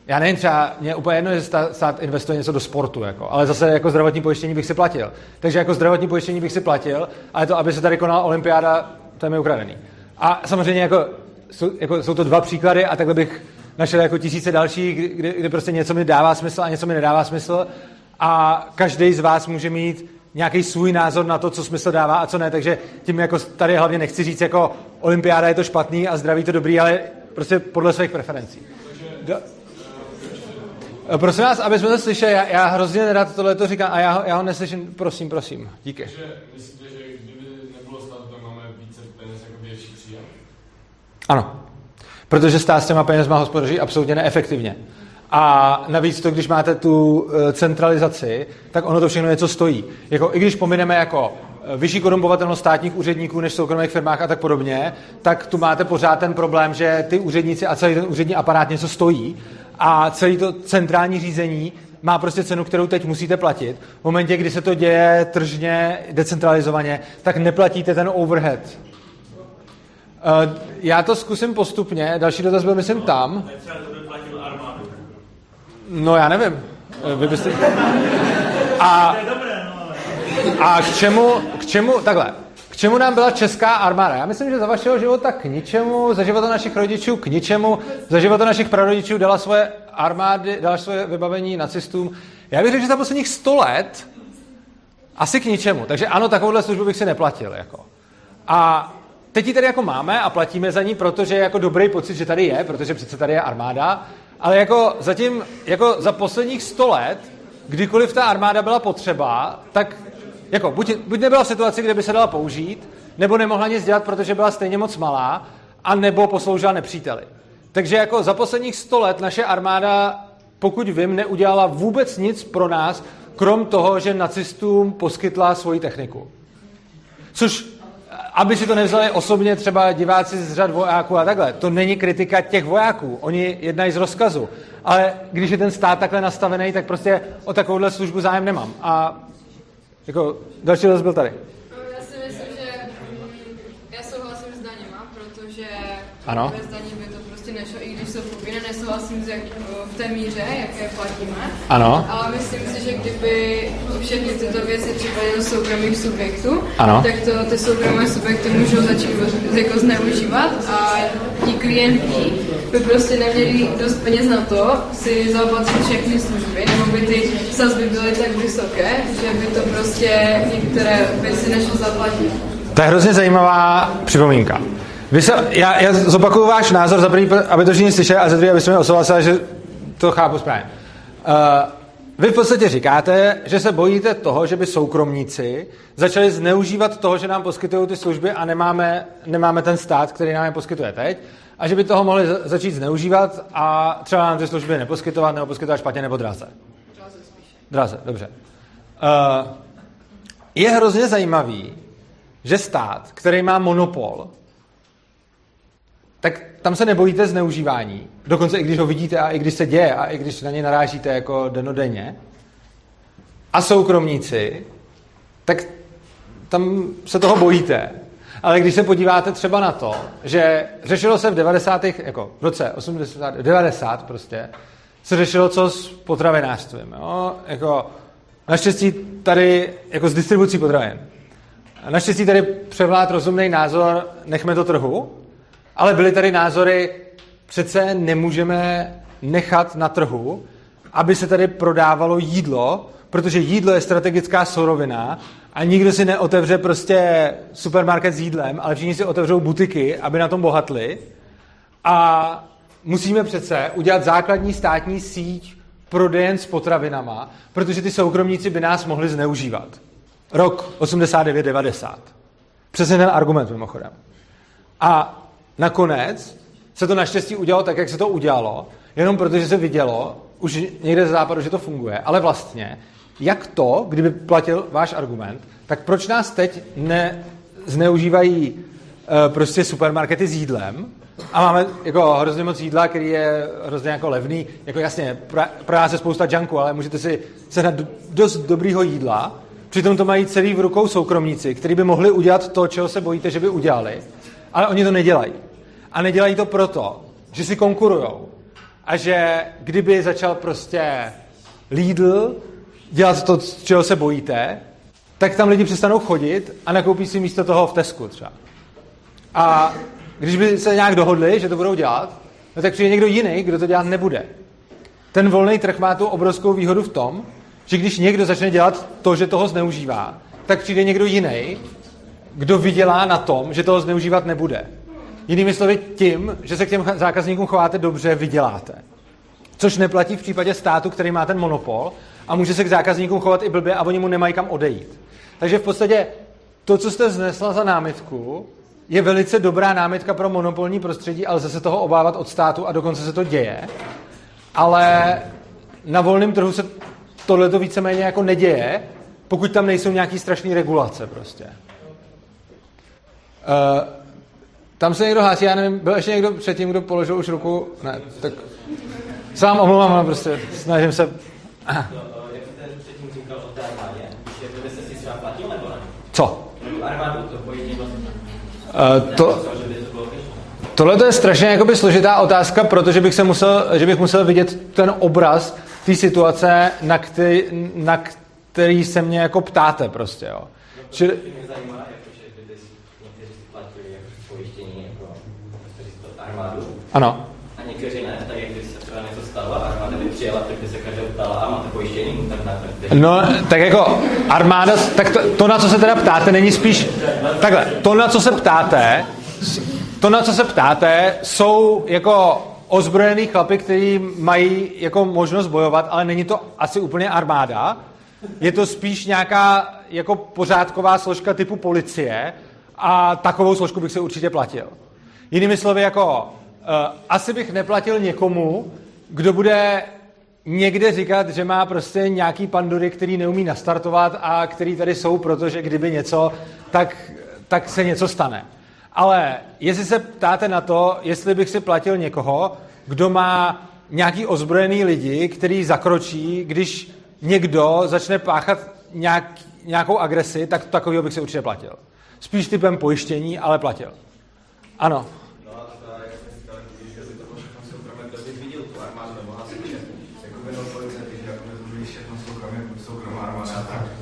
Já nevím, třeba mě úplně jedno, že stát, stát investuje něco do sportu, jako, ale zase jako zdravotní pojištění bych si platil. Takže jako zdravotní pojištění bych si platil, ale to, aby se tady konala olympiáda, to je mi ukradený. A samozřejmě jako, jsou, jako, jsou to dva příklady a takhle bych našel jako tisíce dalších, kdy, kdy prostě něco mi dává smysl a něco mi nedává smysl a každý z vás může mít nějaký svůj názor na to, co smysl dává a co ne, takže tím jako tady hlavně nechci říct, jako olympiáda je to špatný a zdraví to dobrý, ale prostě podle svých preferencí. Do... Prosím vás, aby jsme to slyšeli, já, já hrozně nerad tohle to říkám a já ho, já ho neslyším, prosím, prosím, díky. Takže myslíte, že kdyby nebylo státu, tak máme více peněz jako větší příjem? Ano, protože stát s těma penězma hospodaří absolutně neefektivně. A navíc to, když máte tu centralizaci, tak ono to všechno něco stojí. Jako, i když pomineme jako vyšší korumpovatelnost státních úředníků než v soukromých firmách a tak podobně, tak tu máte pořád ten problém, že ty úředníci a celý ten úřední aparát něco stojí a celý to centrální řízení má prostě cenu, kterou teď musíte platit. V momentě, kdy se to děje tržně, decentralizovaně, tak neplatíte ten overhead. Já to zkusím postupně. Další dotaz byl, myslím, tam. No, já nevím. Vy byste... A, a k čemu, k čemu, takhle, k čemu nám byla česká armáda? Já myslím, že za vašeho života k ničemu, za života našich rodičů k ničemu, za života našich prarodičů dala svoje armády, dala svoje vybavení nacistům. Já bych řekl, že za posledních sto let asi k ničemu. Takže ano, takovouhle službu bych si neplatil. Jako. A teď ji tady jako máme a platíme za ní, protože je jako dobrý pocit, že tady je, protože přece tady je armáda, ale jako zatím, jako za posledních sto let, kdykoliv ta armáda byla potřeba, tak jako buď, buď nebyla v situaci, kde by se dala použít, nebo nemohla nic dělat, protože byla stejně moc malá, a nebo posloužila nepříteli. Takže jako za posledních sto let naše armáda, pokud vím, neudělala vůbec nic pro nás, krom toho, že nacistům poskytla svoji techniku. Což, aby si to nevzali osobně třeba diváci z řad vojáků a takhle, to není kritika těch vojáků, oni jednají z rozkazu. Ale když je ten stát takhle nastavený, tak prostě o takovouhle službu zájem nemám. A jako další dotaz byl tady. Já si myslím, že já souhlasím s daněma, protože ano. bez daní by to prostě nešlo, i když jsou povinné, nesouhlasím jak, v té míře, jaké platíme. Ano. Ale myslím si, že kdyby všechny tyto věci připadly do soukromých subjektů, ano. tak to ty soukromé subjekty můžou začít jako zneužívat a ti klienti by prostě neměli dost peněz na to si zaopatřit všechny služby, nebo by ty sazby byly tak vysoké, že by to prostě některé věci nešlo zaplatit. To je hrozně zajímavá připomínka. Vy se, já, já zopakuju váš názor, za první, aby to všichni slyšeli, a za druhé, aby jsme mi osouhlasili, že to chápu správně. Uh, vy v podstatě říkáte, že se bojíte toho, že by soukromníci začali zneužívat toho, že nám poskytují ty služby a nemáme, nemáme ten stát, který nám je poskytuje teď, a že by toho mohli začít zneužívat a třeba nám ty služby neposkytovat, nebo poskytovat špatně, nebo draze. Draze spíše. Draze, dobře. Uh, je hrozně zajímavý, že stát, který má monopol, tak tam se nebojíte zneužívání. Dokonce i když ho vidíte a i když se děje a i když na ně narážíte jako dennodenně. A soukromníci, tak tam se toho bojíte. Ale když se podíváte třeba na to, že řešilo se v devadesátých jako v roce osmdesát, devadesát prostě, se řešilo co s potravinářstvím. Jo? Jako, naštěstí tady jako s distribucí potravin. Naštěstí tady převlád rozumný názor, nechme to trhu, ale byly tady názory, přece nemůžeme nechat na trhu, aby se tady prodávalo jídlo, protože jídlo je strategická surovina a nikdo si neotevře prostě supermarket s jídlem, ale všichni si otevřou butiky, aby na tom bohatli. A musíme přece udělat základní státní síť prodejen s potravinama, protože ty soukromníci by nás mohli zneužívat. Rok osmdesát devět devadesát. Přesně ten argument mimochodem. A nakonec se to naštěstí udělalo tak, jak se to udělalo, jenom protože se vidělo už někde ze západu, že to funguje. Ale vlastně, jak to, kdyby platil váš argument, tak proč nás teď nezneužívají uh, prostě supermarkety s jídlem a máme jako hrozně moc jídla, který je hrozně jako levný, jako jasně, prodá se spousta junku, ale můžete si sehnat dost dobrýho jídla, přitom to mají celý v rukou soukromníci, kteří by mohli udělat to, čeho se bojíte, že by udělali, ale oni to nedělají. A nedělají to proto, že si konkurujou. a že kdyby začal prostě Lidl dělat to, čeho se bojíte, tak tam lidi přestanou chodit a nakoupí si místo toho v Tesku třeba. A když by se nějak dohodli, že to budou dělat, no tak přijde někdo jiný, kdo to dělat nebude. Ten volný trh má tu obrovskou výhodu v tom, že když někdo začne dělat to, že toho zneužívá, tak přijde někdo jiný, kdo vydělá na tom, že toho zneužívat nebude. Jinými slovy tím, že se k těm zákazníkům chováte dobře, vyděláte. Což neplatí v případě státu, který má ten monopol a může se k zákazníkům chovat i blbě a oni mu nemají kam odejít. Takže v podstatě to, co jste vznesla za námitku, je velice dobrá námitka pro monopolní prostředí, ale lze se toho obávat od státu a dokonce se to děje. Ale na volném trhu se tohleto víceméně jako neděje, pokud tam nejsou nějaký strašný regulace prostě. Uh, tam se někdo hlásí, já nevím, byl ještě někdo předtím, kdo položil už ruku? Ne, tak se vám omlouvám, ale prostě snažím se... Aha. Jak jste předtím říkal o té armádě, že byste si třeba platil nebo ne? Co? Armádu, to pojíždí vlastně. Uh, to... Tohle to je strašně jakoby složitá otázka, protože bych se musel, že bych musel vidět ten obraz té situace, na který, na který se mě jako ptáte prostě, jo. Čili... Mě zajímá, jakože kdyby někteří si platili jako pojištění, jako armádu. Ano. A někteří ne, tak jak by se třeba něco stalo, armáda by přijela, tak by se každá ptala, a máte pojištění, tak na to. No, tak jako armáda, tak to, to, na co se teda ptáte, není spíš, takhle, to, na co se ptáte, to, na co se ptáte, jsou jako ozbrojený chlapy, kteří mají jako možnost bojovat, ale není to asi úplně armáda. Je to spíš nějaká jako pořádková složka typu policie a takovou složku bych se určitě platil. Jinými slovy, jako uh, asi bych neplatil někomu, kdo bude někde říkat, že má prostě nějaký pandury, který neumí nastartovat a který tady jsou, protože kdyby něco, tak, tak se něco stane. Ale jestli se ptáte na to, jestli bych si platil někoho, kdo má nějaký ozbrojený lidi, který zakročí, když někdo začne páchat nějak, nějakou agresi, tak takového bych si určitě platil. Spíš typem pojištění, ale platil. Ano. No a to jak jste říkali, když by to bylo všechno soukromé, kdo by viděl tu armádu nebo hasiče, jako by do policie, že jako by byli všechno soukromé, soukromá armáda a tak.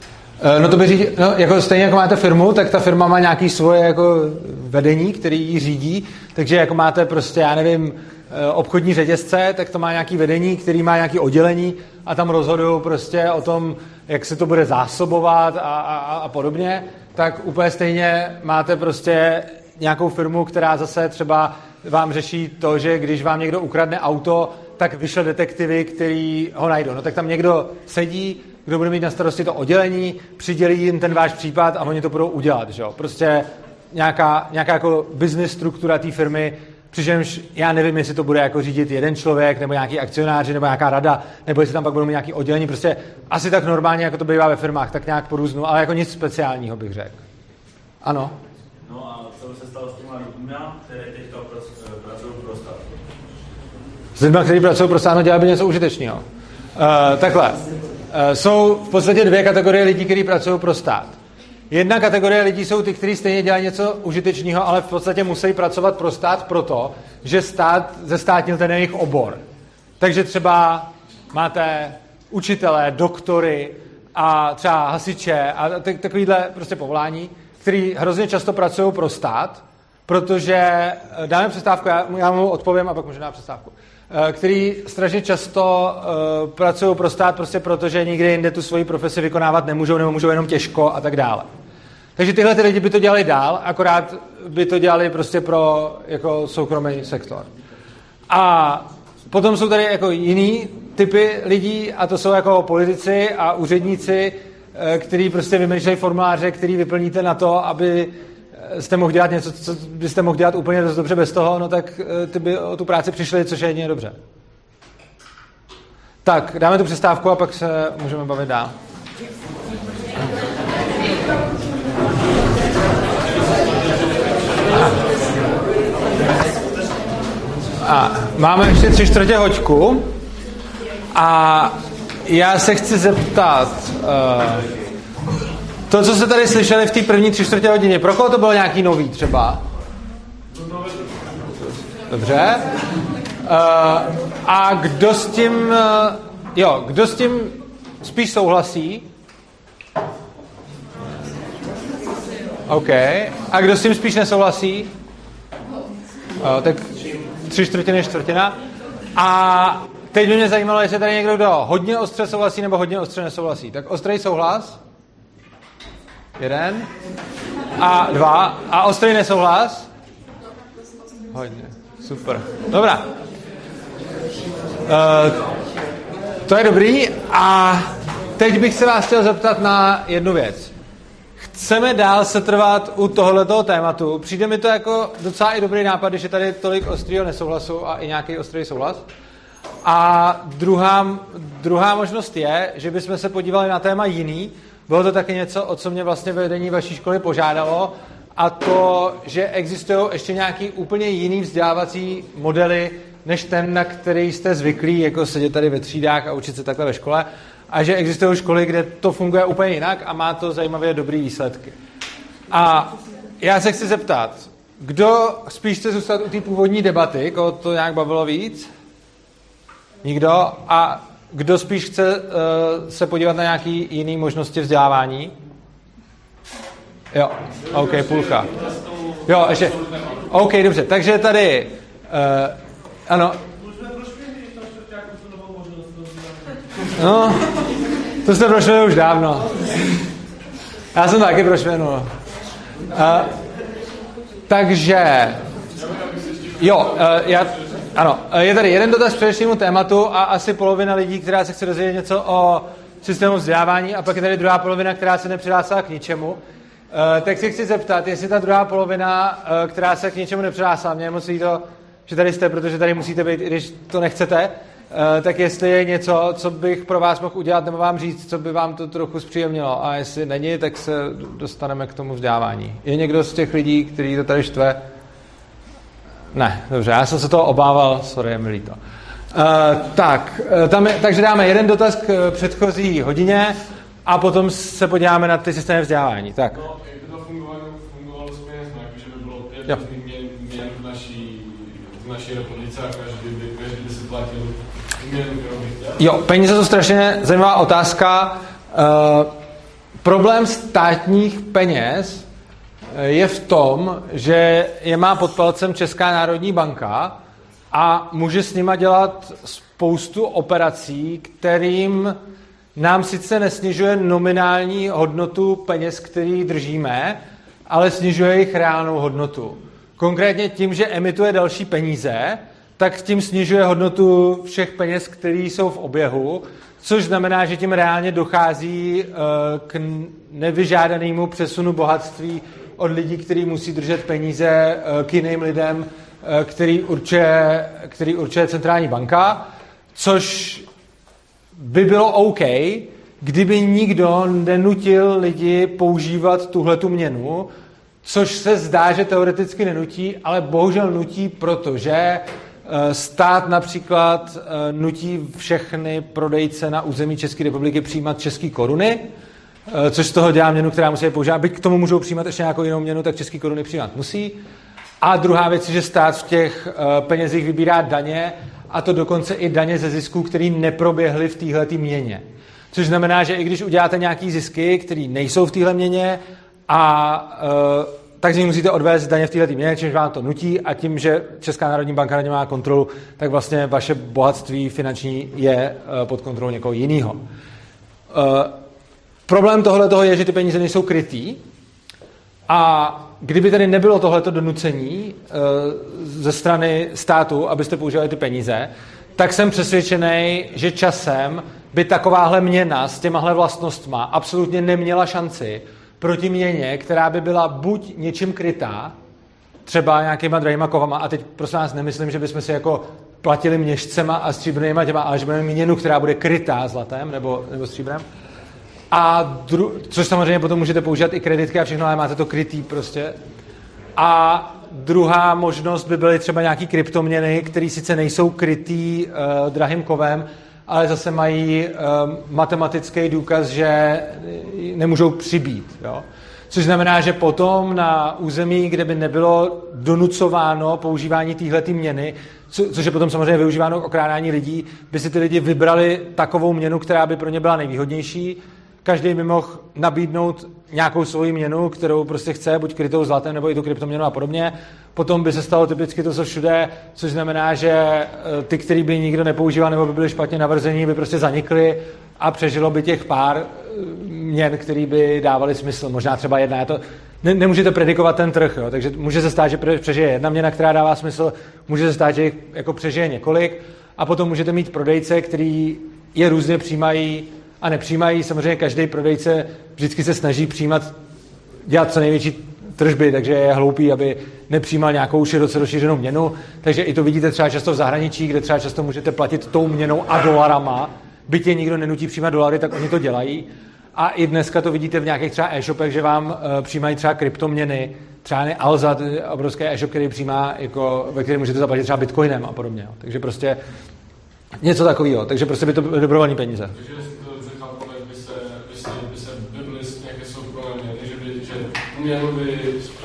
No to by říct, no, jako stejně jako máte firmu, tak ta firma má nějaký svoje jako vedení, který ji řídí, takže jako máte prostě, já nevím, obchodní řetězce, tak to má nějaký vedení, který má nějaký oddělení a tam rozhodují prostě o tom, jak se to bude zásobovat a, a, a podobně, tak úplně stejně máte prostě nějakou firmu, která zase třeba vám řeší to, že když vám někdo ukradne auto, tak vyšle detektivy, který ho najdou. No tak tam někdo sedí, kdo bude mít na starosti to oddělení, přidělí jim ten váš případ a oni to budou udělat, že jo? Prostě nějaká, nějaká jako business struktura té firmy, přičemž já nevím, jestli to bude jako řídit jeden člověk, nebo nějaký akcionáři, nebo nějaká rada, nebo jestli tam pak budou mít nějaký oddělení, prostě asi tak normálně, jako to bývá ve firmách, tak nějak po různu, ale jako nic speciálního bych řekl. Ano? No a co by se stalo s těma lidmi, které teďka pracují pro stát? S lidmi, kteří pracují pro stát, no dělali by něco užitečného. Uh, takhle. Uh, jsou v podstatě dvě kategorie lidí, kteří pracují pro stát. Jedna kategorie lidí jsou ty, kteří stejně dělají něco užitečného, ale v podstatě musí pracovat pro stát proto, že stát zestátnil ten jejich obor. Takže třeba máte učitele, doktory a třeba hasiče a takovýhle prostě povolání, který hrozně často pracují pro stát, protože, dáme přestávku, já, já mu odpovím a pak můžu dát přestávku, který strašně často uh, pracují pro stát prostě proto, že nikde jinde tu svoji profesi vykonávat nemůžou nebo můžou jenom těžko a tak dále. Takže tyhle ty lidi by to dělali dál, akorát by to dělali prostě pro jako soukromý sektor. A potom jsou tady jako jiný typy lidí a to jsou jako politici a úředníci, kteří prostě vymýšlejí formuláře, který vyplníte na to, aby jste mohl dělat něco, co byste mohl dělat úplně dost dobře bez toho, no tak ty by o tu práci přišli, což je jedině dobře. Tak, dáme tu přestávku a pak se můžeme bavit dál. A máme ještě tři čtvrtě hoďku a já se chci zeptat, uh, to, co jste tady slyšeli v té první tři čtvrtě hodině, pro koho to bylo nějaký nový třeba? Dobře. a kdo s tím, uh, jo, kdo s tím spíš souhlasí? OK. A kdo s tím spíš nesouhlasí? O, tak tři čtvrtiny, čtvrtina. A teď by mě zajímalo, jestli tady někdo, kdo hodně ostře souhlasí nebo hodně ostře nesouhlasí. Tak ostrý souhlas? Jeden. A dva. A ostrý nesouhlas? Hodně. Super. Dobrá. Uh, to je dobrý. A teď bych se vás chtěl zeptat na jednu věc. Chceme dál se trvat u tohoto tématu. Přijde mi to jako docela i dobrý nápad, když je tady tolik ostrýho nesouhlasu a i nějaký ostrý souhlas. A druhá, druhá možnost je, že bychom se podívali na téma jiný. Bylo to taky něco, o co mě vlastně vedení vaší školy požádalo, a to, že existují ještě nějaký úplně jiný vzdělávací modely, než ten, na který jste zvyklí, jako sedět tady ve třídách a učit se takhle ve škole. A že existují školy, kde to funguje úplně jinak a má to zajímavě dobrý výsledky. A já se chci zeptat, kdo spíš chce zůstat u té původní debaty, koho to nějak bavilo víc? Nikdo? A kdo spíš chce uh, se podívat na nějaké jiné možnosti vzdělávání? Jo, OK, půlka. Jo, ještě. OK, dobře, takže tady, uh, ano. No, to jste prošli už dávno. Já jsem taky prošvenul. Uh, takže, jo, uh, já, ano, je tady jeden dotaz k předešlému tématu a asi polovina lidí, která se chce dozvědět něco o systému vzdělávání, a pak je tady druhá polovina, která se nepřihlásila k ničemu. Uh, tak si chci zeptat, jestli ta druhá polovina, uh, která se k ničemu nepřihlásila, mě je moc líto, že tady jste, protože tady musíte být, i když to nechcete, Uh, tak jestli je něco, co bych pro vás mohl udělat nebo vám říct, co by vám to trochu zpříjemnilo. A jestli není, tak se dostaneme k tomu vzdělávání. Je někdo z těch lidí, který to tady štve? Ne, dobře, já jsem se toho obával, sorry, je mi líto. Uh, tak, tam je, takže dáme jeden dotaz k předchozí hodině a potom se podíváme na ty systémy vzdělávání. Tak. No, jak by to fungovalo, fungovalo s penězmi, jakože by bylo pět různých měn, měn v naší, v naší republice a každý by, každý by si platil měnu, kterou by chtěl. Jo, peníze to strašně zajímavá otázka. Uh, problém státních peněz je v tom, že je má pod palcem Česká národní banka a může s nima dělat spoustu operací, kterým nám sice nesnižuje nominální hodnotu peněz, který držíme, ale snižuje jejich reálnou hodnotu. Konkrétně tím, že emituje další peníze, tak tím snižuje hodnotu všech peněz, které jsou v oběhu, což znamená, že tím reálně dochází k nevyžádanému přesunu bohatství od lidí, kteří musí držet peníze, k jiným lidem, který určuje, který určuje centrální banka, což by bylo OK, kdyby nikdo nenutil lidi používat tuhletu měnu, což se zdá, že teoreticky nenutí, ale bohužel nutí, protože stát například nutí všechny prodejce na území České republiky přijímat české koruny, což z toho dělá měnu, která musí používat. Byť k tomu můžou přijímat ještě nějakou jinou měnu, tak české koruny přijímat musí. A druhá věc je, že stát v těch penězích vybírá daně, a to dokonce i daně ze zisků, které neproběhly v téhletý měně. Což znamená, že i když uděláte nějaký zisky, které nejsou v téhle měně, a e, tak z nich musíte odvést daně v téhletý měně, čímž vám to nutí, a tím, že Česká národní banka na ně má kontrolu, tak vlastně vaše bohatství finanční je e, pod kontrolou někoho jiného. E, problém tohoto je, že ty peníze nejsou krytý, a kdyby tady nebylo tohleto donucení e, ze strany státu, abyste používali ty peníze, tak jsem přesvědčený, že časem by takováhle měna s těmahle vlastnostma absolutně neměla šanci proti měně, která by byla buď něčím krytá, třeba nějakýma drahýma kovama, a teď prosím vás nemyslím, že bychom si jako platili měšcema a stříbrnýma těma, ale že budeme mít měnu, která bude krytá zlatem nebo, nebo stříbrem. A dru- což samozřejmě potom můžete používat i kreditky a všechno, ale máte to krytý prostě. A druhá možnost by byly třeba nějaký kryptoměny, které sice nejsou krytý uh, drahým kovem, ale zase mají uh, matematický důkaz, že nemůžou přibít. Jo? Což znamená, že potom na území, kde by nebylo donucováno používání téhletý měny, co, což je potom samozřejmě využíváno k okrádání lidí, by si ty lidi vybrali takovou měnu, která by pro ně byla nejvýhodnější. Každý by mohl nabídnout nějakou svoji měnu, kterou prostě chce, buď krytou zlatem, nebo i tu kryptoměnu a podobně. Potom by se stalo typicky to, co všude, což znamená, že ty, který by nikdo nepoužíval nebo by byli špatně navrzení, by prostě zanikly a přežilo by těch pár měn, který by dávali smysl. Možná třeba jedna. Je to, ne, nemůžete predikovat ten trh, jo? Takže může se stát, že přežije jedna měna, která dává smysl, může se stát, že jich jako přežije několik a potom můžete mít prodejce, který je různě přijímají a nepřijímají. Samozřejmě každý prodejce vždycky se snaží přijímat, dělat co největší tržby, takže je hloupý, aby nepřijímal nějakou široce rozšířenou měnu. Takže i to vidíte třeba často v zahraničí, kde třeba často můžete platit tou měnou a dolarama. Byť je nikdo nenutí přijímat dolary, tak oni to dělají. A i dneska to vidíte v nějakých třeba e-shopech, že vám uh, přijímají třeba kryptoměny, třeba ne Alza, obrovský e-shop, který přijímá, jako, ve kterém můžete zaplatit třeba bitcoinem a podobně. Jo. Takže prostě něco takového. Takže prostě by to byly dobrovolné peníze. Měnu by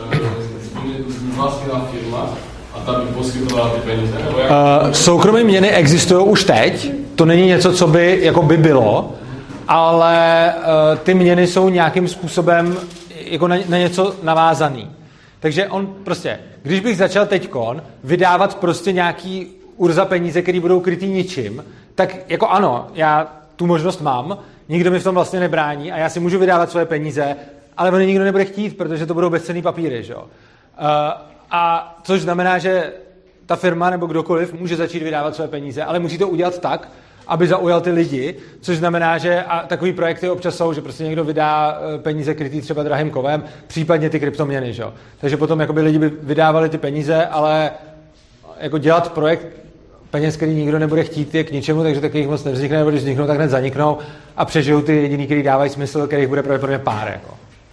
vlastnila firma a ta by poskytovala ty peníze? Nebo jak... uh, soukromé měny existují už teď, to není něco, co by, jako by bylo, ale uh, ty měny jsou nějakým způsobem jako na, na něco navázaný. Takže on prostě, když bych začal teďkon vydávat prostě nějaký urza peníze, které budou krytý ničím, tak jako ano, já tu možnost mám, nikdo mi v tom vlastně nebrání a já si můžu vydávat svoje peníze, ale on nikdo nebude chtít, protože to budou bezcenný papíry, že jo. Uh, a což znamená, že ta firma nebo kdokoliv může začít vydávat své peníze, ale musí to udělat tak, aby zaujal ty lidi, což znamená, že a takový projekty občas jsou, že prostě někdo vydá peníze krytý třeba drahým kovem, případně ty kryptoměny, že jo. Takže potom jakoby lidi by vydávali ty peníze, ale jako dělat projekt peněz, který nikdo nebude chtít, je k ničemu, takže takových moc nevznikne, nebo když vzniknou, tak hned zaniknou a přežijou ty jediný, který dávají smysl, kterých bude pravděpodobně pár, jako.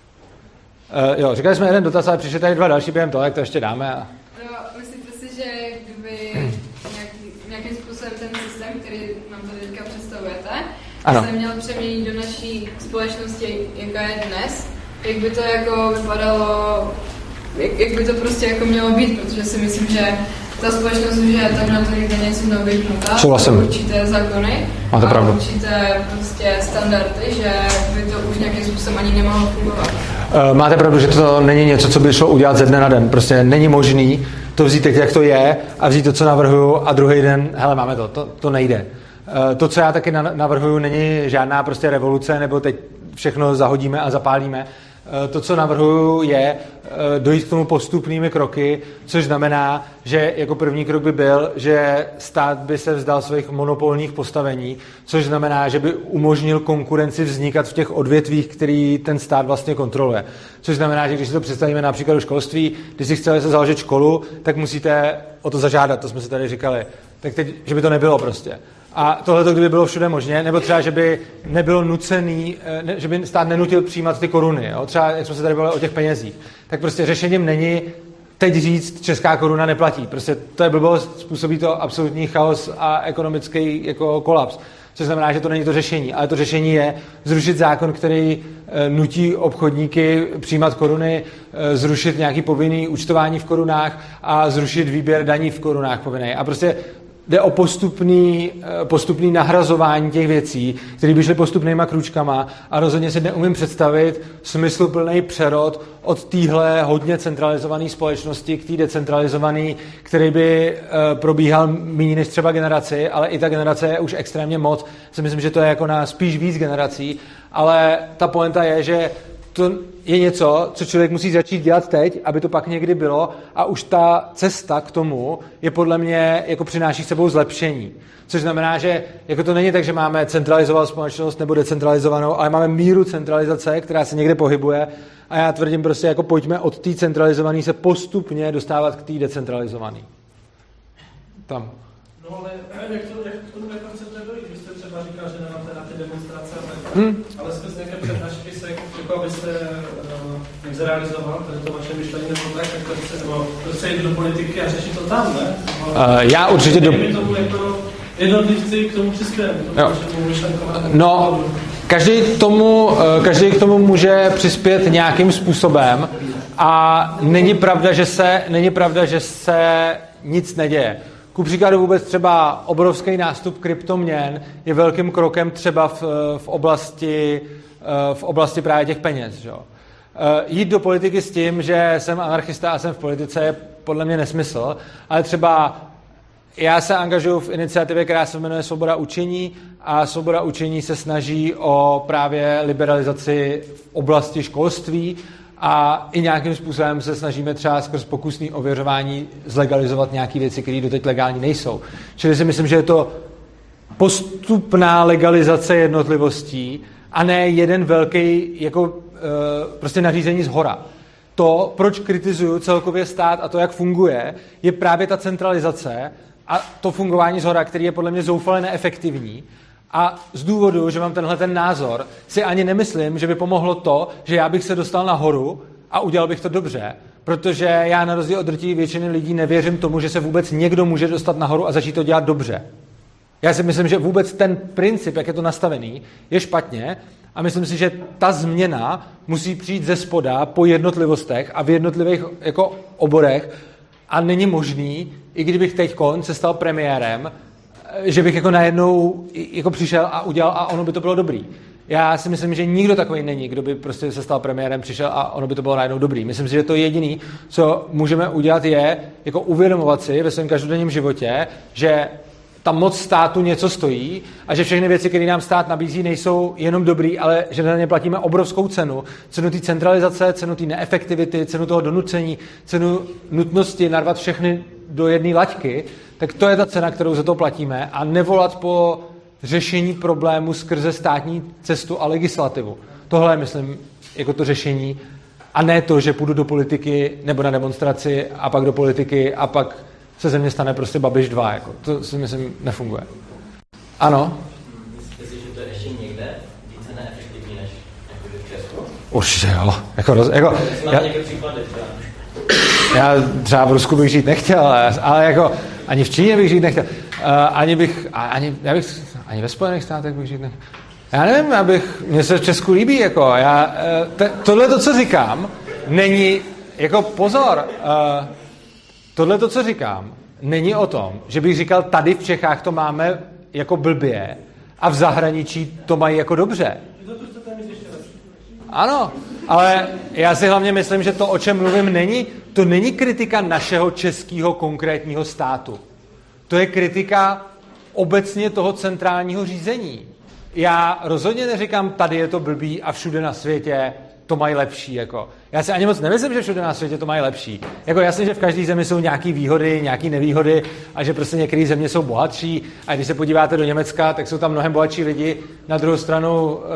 Uh, jo, říkali jsme jeden dotaz, ale přišli tady dva další během toho, jak to ještě dáme. A... No, myslíte si, že kdyby nějaký, nějakým způsobem ten systém, který nám tady teďka představujete, se měl přeměnit do naší společnosti, jaká je dnes, jak by to jako vypadalo, jak, jak by to prostě jako mělo být, protože si myslím, že ta společnost už je tak natolik do něco navyknutá, určité zákony Máte a pravdu. určité prostě standardy, že by to už nějakým způsobem ani nemohlo fungovat. Máte pravdu, že to není něco, co by šlo udělat ze dne na den. Prostě není možný to vzít tak, jak to je a vzít to, co navrhuju a druhý den, hele, máme to, to, to nejde. To, co já taky navrhuju, není žádná prostě revoluce, nebo teď všechno zahodíme a zapálíme. To, co navrhuju, je dojít k tomu postupnými kroky, což znamená, že jako první krok by byl, že stát by se vzdal svých monopolních postavení, což znamená, že by umožnil konkurenci vznikat v těch odvětvích, který ten stát vlastně kontroluje. Což znamená, že když si to představíme například do školství, když si chcete se založit školu, tak musíte o to zažádat, to jsme si tady říkali. Tak teď, že by to nebylo prostě. A tohle, kdyby bylo všude možné, nebo třeba, že by nebylo nucený, ne, že by stát nenutil přijímat ty koruny, jo? Třeba, jak jsme se tady bavili o těch penězích, tak prostě řešením není teď říct, česká koruna neplatí. Prostě to je blbost, způsobí to absolutní chaos a ekonomický jako kolaps. Což znamená, že to není to řešení. Ale to řešení je zrušit zákon, který e, nutí obchodníky přijímat koruny, e, zrušit nějaký povinný účtování v korunách a zrušit výběr daní v korunách povinný. A prostě jde o postupný, postupný nahrazování těch věcí, které by šly postupnýma krůčkama a rozhodně si neumím představit smysluplný přerod od téhle hodně centralizované společnosti k té decentralizované, který by probíhal méně než třeba generaci, ale i ta generace je už extrémně moc. Si myslím, že to je jako na spíš víc generací, ale ta pointa je, že to je něco, co člověk musí začít dělat teď, aby to pak někdy bylo a už ta cesta k tomu je podle mě jako přináší s sebou zlepšení. Což znamená, že jako to není tak, že máme centralizovanou společnost nebo decentralizovanou, ale máme míru centralizace, která se někde pohybuje a já tvrdím prostě jako pojďme od té centralizované se postupně dostávat k té decentralizované. Tam. No ale jak to, jak k tomu jako chcete dojít? Vy jste třeba říkal, že nemáte na ty demonstrace, hmm. ale skrz nějaké přednášky se jako abyste uh, zrealizoval, protože to vaše myšlení nebo tak, tak to chce, nebo to chce jít do politiky a řešit to tam, ne? Uh, já určitě do... Tomu jako jednotlivci k tomu přispějeme, k tomu myšlenkovému. No, každý k tomu, každý k tomu může přispět nějakým způsobem a není pravda, že se, není pravda, že se nic neděje. Ku příkladu vůbec třeba obrovský nástup kryptoměn je velkým krokem třeba v, v, oblasti, v oblasti právě těch peněz. Že? Jít do politiky s tím, že jsem anarchista a jsem v politice, je podle mě nesmysl, ale třeba já se angažuju v iniciativě, která se jmenuje Svoboda učení a Svoboda učení se snaží o právě liberalizaci v oblasti školství a i nějakým způsobem se snažíme třeba skrz pokusný ověřování zlegalizovat nějaké věci, které doteď legální nejsou. Čili si myslím, že je to postupná legalizace jednotlivostí a ne jeden velký jako e, prostě nařízení zhora. To, proč kritizuju celkově stát a to, jak funguje, je právě ta centralizace a to fungování zhora, který je podle mě zoufale neefektivní. A z důvodu, že mám tenhle ten názor, si ani nemyslím, že by pomohlo to, že já bych se dostal nahoru a udělal bych to dobře. Protože já na rozdíl od drtivé většiny lidí nevěřím tomu, že se vůbec někdo může dostat nahoru a začít to dělat dobře. Já si myslím, že vůbec ten princip, jak je to nastavený, je špatně a myslím si, že ta změna musí přijít ze spoda po jednotlivostech a v jednotlivých jako oborech a není možný, i kdybych teďkon se stal premiérem, že bych jako najednou jako přišel a udělal a ono by to bylo dobrý. Já si myslím, že nikdo takový není, kdo by prostě se stal premiérem, přišel a ono by to bylo najednou dobrý. Myslím si, že to jediné, co můžeme udělat, je jako uvědomovat si ve svém každodenním životě, že ta moc státu něco stojí a že všechny věci, které nám stát nabízí, nejsou jenom dobrý, ale že na ně platíme obrovskou cenu. Cenu té centralizace, cenu té neefektivity, cenu toho donucení, cenu nutnosti narvat všechny do jedné laťky, tak to je ta cena, kterou za to platíme a nevolat po řešení problému skrze státní cestu a legislativu. Tohle je, myslím, jako to řešení a ne to, že půjdu do politiky nebo na demonstraci a pak do politiky a pak se ze mě stane prostě Babiš dva. Jako. To si myslím nefunguje. Ano? Myslíte si, že to je ještě někde více neefektivní než jako v Česku? Určitě jo. Jako, roz, jako, já, nějaké příklady třeba? Já třeba v Rusku bych žít nechtěl, ale, ale jako ani v Číně bych žít nechtěl. Uh, ani bych, ani, já bych, ani ve Spojených státech bych žít nechtěl. Já nevím, abych, mně se v Česku líbí, jako já, te, tohle to, co říkám, není, jako pozor, uh, tohle to, co říkám, není o tom, že bych říkal, tady v Čechách to máme jako blbě a v zahraničí to mají jako dobře. Ano, ale já si hlavně myslím, že to, o čem mluvím, není, to není kritika našeho českého konkrétního státu. To je kritika obecně toho centrálního řízení. Já rozhodně neříkám, tady je to blbý a všude na světě to mají lepší. Jako. Já si ani moc nemyslím, že všude na světě to mají lepší. Jako jasně, že v každé zemi jsou nějaké výhody, nějaké nevýhody a že prostě některé země jsou bohatší a když se podíváte do Německa, tak jsou tam mnohem bohatší lidi. Na druhou stranu uh,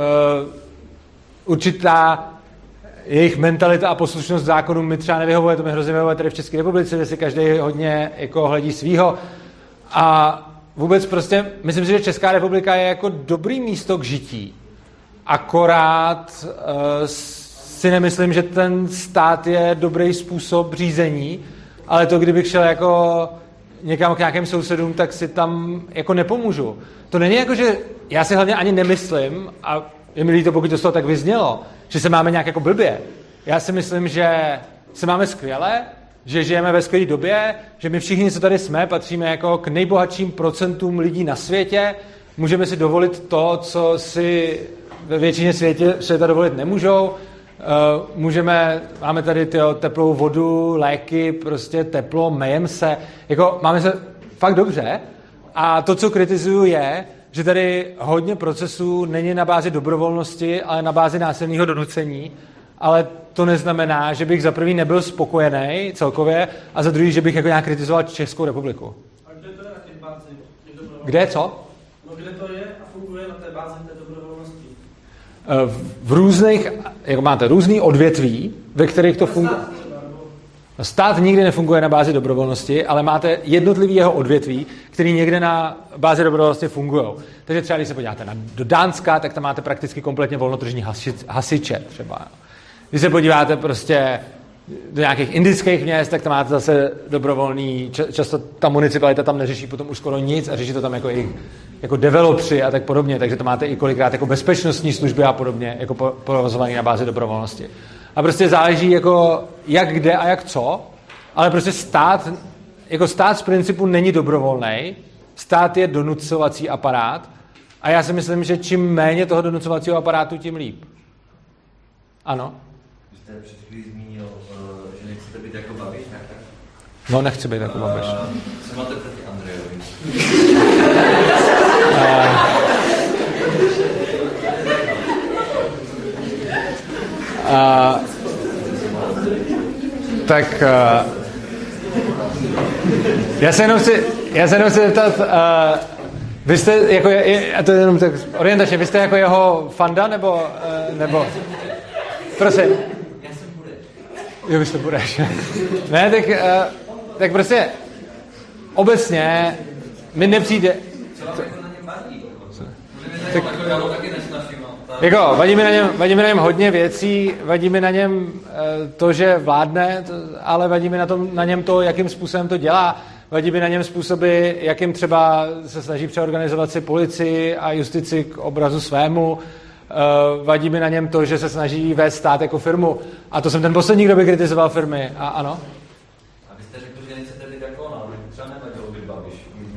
určitá jejich mentalita a poslušnost zákonům mi třeba nevyhovuje, to mi hrozně vyhovuje tady v České republice, že si každý hodně jako hledí svýho. A vůbec prostě, myslím si, že Česká republika je jako dobrý místo k žití. Akorát uh, si nemyslím, že ten stát je dobrý způsob řízení, ale to, kdybych šel jako někam k nějakým sousedům, tak si tam jako nepomůžu. To není jako, že já si hlavně ani nemyslím, a je mi líto, pokud to z toho tak vyznělo, že se máme nějak jako blbě. Já si myslím, že se máme skvěle, že žijeme ve skvělé době, že my všichni, co tady jsme, patříme jako k nejbohatším procentům lidí na světě, můžeme si dovolit to, co si ve většině světě, světa dovolit nemůžou. Uh, můžeme, máme tady tyjo, teplou vodu, léky, prostě teplo, mejem se. Jako, máme se fakt dobře. A to, co kritizuju, je, že tady hodně procesů není na bázi dobrovolnosti, ale na bázi násilného donucení. Ale to neznamená, že bych za prvý nebyl spokojený celkově a za druhý, že bych jako nějak kritizoval Českou republiku. A kde to je na té bázi? Kde co? No kde to je a funguje na té bázi té dobrovolnosti? V různých, jako máte různý odvětví, ve kterých to funguje. Stát nikdy nefunguje na bázi dobrovolnosti, ale máte jednotlivý jeho odvětví, který někde na bázi dobrovolnosti fungují. Takže třeba, když se podíváte na, do Dánska, tak tam máte prakticky kompletně volnotržní hasiče třeba. Když se podíváte prostě do nějakých indických měst, tak tam máte zase dobrovolný, často ta municipalita tam neřeší potom už skoro nic a řeší to tam jako jejich jako developři a tak podobně, takže to máte i kolikrát jako bezpečnostní služby a podobně, jako provozovaný na bázi dobrovolnosti. A prostě záleží jako jak kde a jak co, ale prostě stát, jako stát z principu není dobrovolný, stát je donucovací aparát a já si myslím, že čím méně toho donucovacího aparátu, tím líp. Ano? Vy jste před chvílí zmínil, že nechcete být jako Babiš, ne? No, nechci být jako Babiš. Co máte proti Andrejovi? Uh, tak uh, já se jenom chci, já se jenom chci zeptat, uh, vy jste jako, je, a to je jenom tak orientačně, vy jste jako jeho fanda, nebo, uh, nebo, prosím. Já jsem Budeš. Jo, vy jste Budeš. Ne, tak, uh, tak prostě obecně mi nepřijde. Co vám jako na něm vadí? Tak, já to taky nesnažím. Jako, vadí mi na něm, vadí mi na něm hodně věcí, vadí mi na něm e, to, že vládne, to, ale vadí mi na, tom, na něm to, jakým způsobem to dělá. Vadí mi na něm způsoby, jakým třeba se snaží přeorganizovat si policii a justici k obrazu svému. E, vadí mi na něm to, že se snaží vést stát jako firmu. A to jsem ten poslední, kdo by kritizoval firmy. A ano? A vy jste řekl, že nechcete být jako ona, ale třeba nevadilo být Babiš.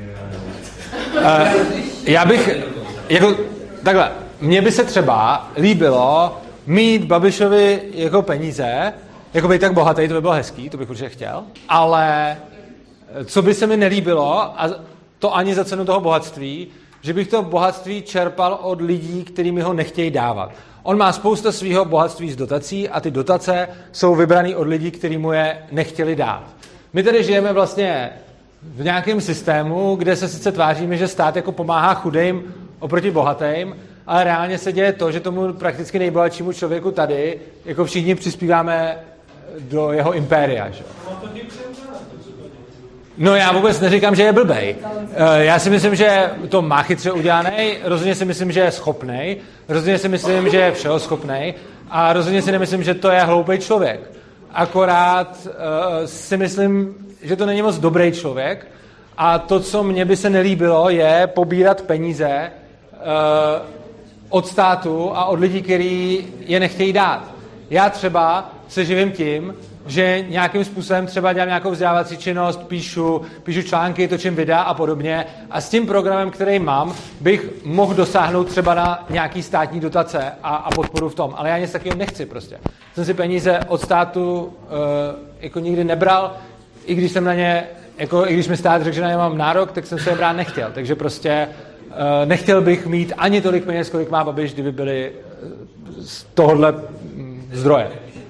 E, já bych, jako, takhle, mně by se třeba líbilo mít Babišovi jako peníze, jako být tak bohatý, to by bylo hezký, to bych určitě chtěl, ale co by se mi nelíbilo, a to ani za cenu toho bohatství, že bych to bohatství čerpal od lidí, kteří mi ho nechtějí dávat. On má spousta svého bohatství z dotací a ty dotace jsou vybraný od lidí, kteří mu je nechtěli dát. My tedy žijeme vlastně v nějakém systému, kde se sice tváříme, že stát jako pomáhá chudým oproti bohatým, ale reálně se děje to, že tomu prakticky nejbohatšímu člověku tady, jako všichni přispíváme do jeho impéria. Že? No já vůbec neříkám, že je blbej. Já si myslím, že to má chytře udělaný, rozhodně si myslím, že je schopnej, rozhodně si myslím, že je všeho schopnej a rozhodně si nemyslím, že to je hloupej člověk. Akorát uh, si myslím, že to není moc dobrý člověk a to, co mně by se nelíbilo, je pobírat peníze uh, od státu a od lidí, kteří je nechtějí dát. Já třeba se živím tím, že nějakým způsobem třeba dělám nějakou vzdělávací činnost, píšu, píšu články, točím videa a podobně a s tím programem, který mám, bych mohl dosáhnout třeba na nějaký státní dotace a, a podporu v tom. Ale já nic takového nechci prostě. Jsem si peníze od státu uh, jako nikdy nebral, i když jsem na ně, jako, i když mi stát řekl, že na ně mám nárok, tak jsem se je brát nechtěl. Takže prostě uh, nechtěl bych mít ani tolik peněz, kolik má Babiš, kdyby byly uh, z tohohle um, zdroje.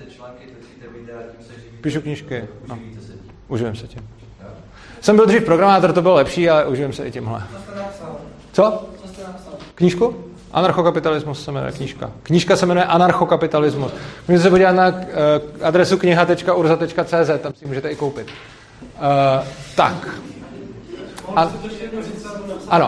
Píšu knížky. No. Uživím se tím. Jsem byl dřív programátor, to bylo lepší, ale uživím se i tímhle. Co? Co jste napsal? Knížku? Anarchokapitalismus se jmenuje knížka. Knížka se jmenuje Anarchokapitalismus. Můžete se podívat na uh, adresu kniha tečka urza tečka cé zet, tam si můžete i koupit. Uh, tak. A, ano.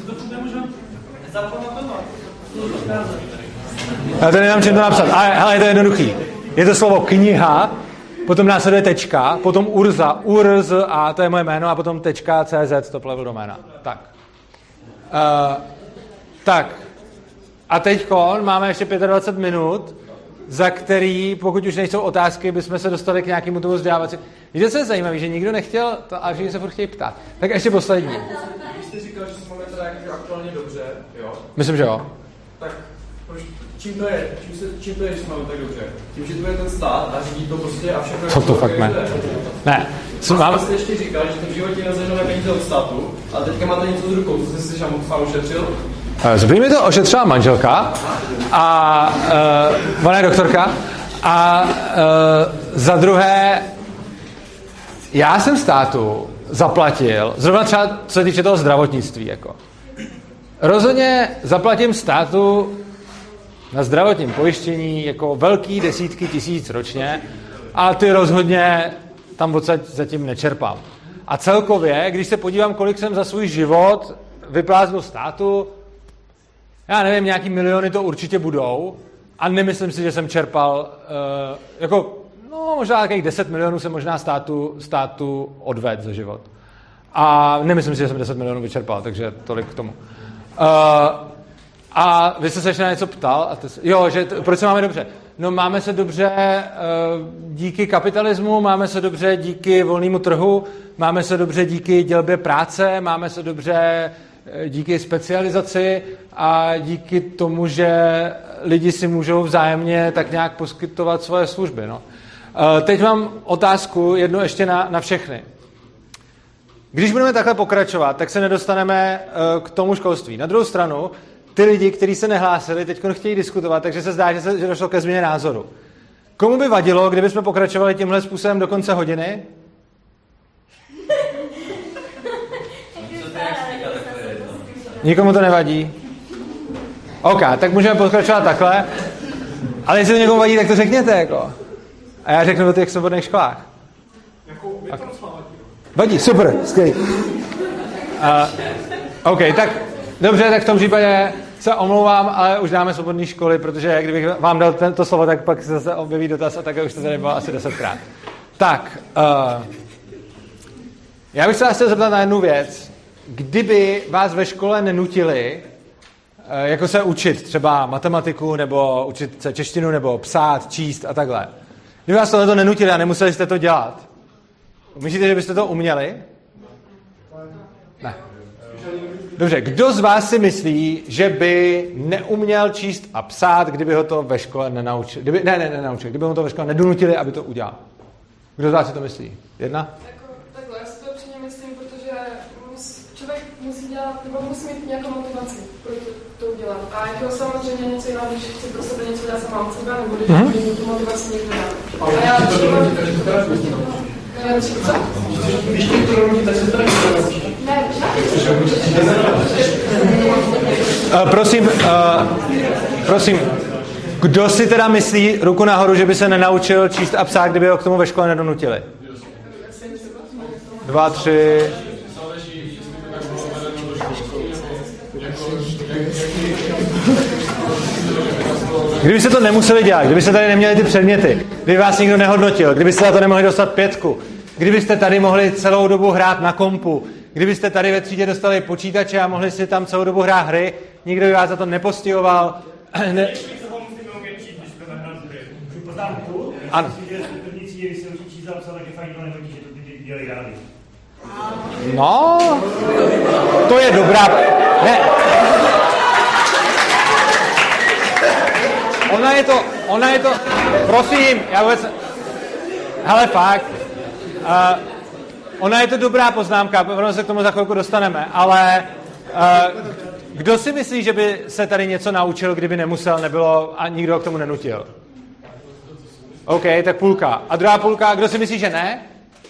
Já to nemám čem to napsat, ale hele, je to jednoduchý. Je to slovo kniha, potom následuje tečka, potom urza, urz, a to je moje jméno, a potom tečka cz, to level doména. Tak. Uh, tak. A teďkon máme ještě dvacet pět minut, za který, pokud už nejsou otázky, bychom se dostali k nějakému tomu vzdělávací. Víte, co je zajímavé, že nikdo nechtěl, to, a všichni se furt chtějí ptát. Tak ještě poslední. Vy jste říkal, že jsme teda aktuálně dobře, jo? Myslím, že jo. Tak čím to je? Čím, se, čím to je, že jsme tak dobře? Tím, že to je ten stát a řídí to prostě a všechno... Co to fakt ne? Ne. Co mám... jste ještě říkal, že jste v životě nezažil peníze od státu a teďka máte něco z rukou, co jste si sám ušetřil? Zbyl mi to ošetřila manželka a uh, ona je doktorka a uh, za druhé já jsem státu zaplatil, zrovna třeba co se týče toho zdravotnictví, jako. Rozhodně zaplatím státu na zdravotním pojištění jako velký desítky tisíc ročně a ty rozhodně tam odsaď zatím nečerpám. A celkově, když se podívám, kolik jsem za svůj život vyplácl státu, já nevím, nějaký miliony to určitě budou a nemyslím si, že jsem čerpal uh, jako, no možná takových deset milionů jsem možná státu, státu odvedl za život. A nemyslím si, že jsem deset milionů vyčerpal, takže tolik k tomu. a vy jste se na něco ptal? A to, jo, že t- proč se máme dobře? No máme se dobře uh, díky kapitalismu, máme se dobře díky volnému trhu, máme se dobře díky dělbě práce, máme se dobře uh, díky specializaci a díky tomu, že lidi si můžou vzájemně tak nějak poskytovat svoje služby. No. Uh, teď mám otázku jednu ještě na, na všechny. Když budeme takhle pokračovat, tak se nedostaneme uh, k tomu školství. Na druhou stranu, ty lidi, kteří se nehlásili, teď chtějí diskutovat, takže se zdá, že, se, že došlo ke změně názoru. Komu by vadilo, kdybychom pokračovali tímhle způsobem do konce hodiny? Nikomu to nevadí? OK, tak můžeme pokračovat takhle. Ale jestli to někomu vadí, tak to řekněte, jako. A já řeknu o těch svobodných školách. Okay. Vadí, super, skvělý. Uh, OK, tak dobře, tak v tom případě se omlouvám, ale už dáme svobodné školy, protože kdybych vám dal tento slovo, tak pak se zase objeví dotaz a také už to tady bylo asi desetkrát. Tak, uh, já bych se vás chtěl zeptat na jednu věc. Kdyby vás ve škole nenutili uh, jako se učit třeba matematiku, nebo učit se češtinu, nebo psát, číst a takhle. Kdyby vás tohleto nenutili a nemuseli jste to dělat, myslíte, že byste to uměli? Ne. Dobře, kdo z vás si myslí, že by neuměl číst a psát, kdyby ho to ve škole nenaučili? Kdyby, ne, ne, nenaučili, kdyby ho to ve škole nedonutili, aby to udělal? Kdo z vás si to myslí? Jedna? Jako, takhle, já si to upřímně myslím, protože mus, člověk musí dělat, nebo musí mít nějakou motivaci, proč to, to udělat. A jako samozřejmě něco jiného, když chci pro sebe něco dělat sama od sebe, nebo když mm-hmm. tu motivaci někdo dá. A já třeba... Co? Když ti to rovní, tak se to neučí. Ne, uh, prosím, uh, prosím, kdo si teda myslí, ruku nahoru, že by se nenaučil číst a psát, kdyby ho k tomu ve škole nedonutili? Dva, tři... Kdybyste to nemuseli dělat, kdybyste tady neměli ty předměty, kdyby vás nikdo nehodnotil, kdybyste za to nemohli dostat pětku, kdybyste tady mohli celou dobu hrát na kompu, kdybyste tady ve třídě dostali počítače a mohli si tam celou dobu hrát hry, nikdo by vás za to nepostihoval. Ne... Ano. No, to je dobrá... Ne. Ona je to, ona je to, prosím, já vůbec, hele fakt, uh, ona je to dobrá poznámka, protože se k tomu za chvilku dostaneme, ale uh, kdo si myslí, že by se tady něco naučil, kdyby nemusel, nebylo a nikdo k tomu nenutil? OK, tak půlka. A druhá půlka, kdo si myslí, že ne?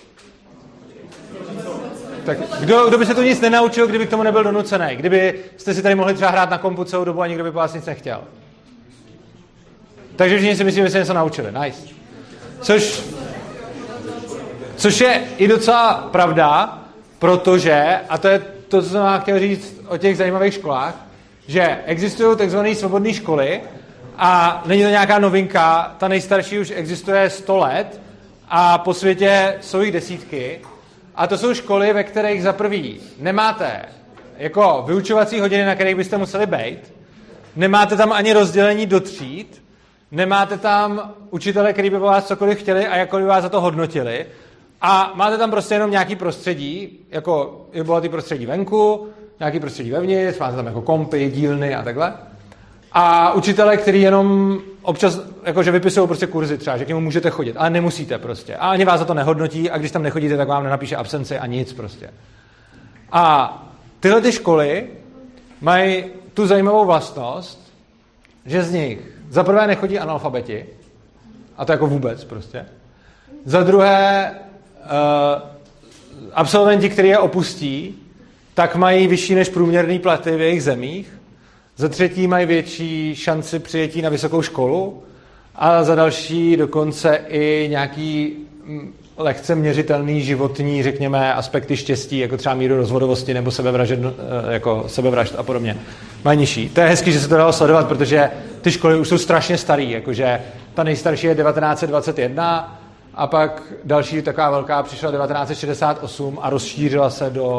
Tak kdo, kdo by se tu nic nenaučil, kdyby k tomu nebyl donucený? Kdyby jste si tady mohli třeba hrát na kompu celou dobu a nikdo by po vás nic nechtěl? Takže všichni si myslím, že se něco naučili. Nice. Což, což je i docela pravda, protože, a to je to, co jsem vám chtěl říct o těch zajímavých školách, že existují takzvané svobodné školy a není to nějaká novinka, ta nejstarší už existuje sto let a po světě jsou jich desítky. A to jsou školy, ve kterých za prvý nemáte jako vyučovací hodiny, na kterých byste museli být, nemáte tam ani rozdělení do tříd, nemáte tam učitele, který by po vás cokoliv chtěli a jakkoliv vás za to hodnotili a máte tam prostě jenom nějaký prostředí, jako je bohatý prostředí venku, nějaký prostředí vevnitř, máte tam jako kompy, dílny a takhle. A učitele, který jenom občas, jakože vypisují prostě kurzy třeba, že k němu můžete chodit, ale nemusíte prostě. A ani vás za to nehodnotí a když tam nechodíte, tak vám nenapíše absenci a nic prostě. A tyhle ty školy mají tu zajímavou vlastnost, že z nich za prvé nechodí analfabeti, a to jako vůbec prostě. Za druhé uh, absolventi, kteří je opustí, tak mají vyšší než průměrný platy v jejich zemích. Za třetí mají větší šanci přijetí na vysokou školu a za další dokonce i nějaký lehce měřitelný životní, řekněme, aspekty štěstí, jako třeba míru rozvodovosti nebo sebevražd, jako sebevražd a podobně, mají nižší. To je hezký, že se to dalo sledovat, protože ty školy už jsou strašně starý, jakože ta nejstarší je devatenáct set dvacet jedna a pak další taková velká přišla devatenáct set šedesát osm a rozšířila se do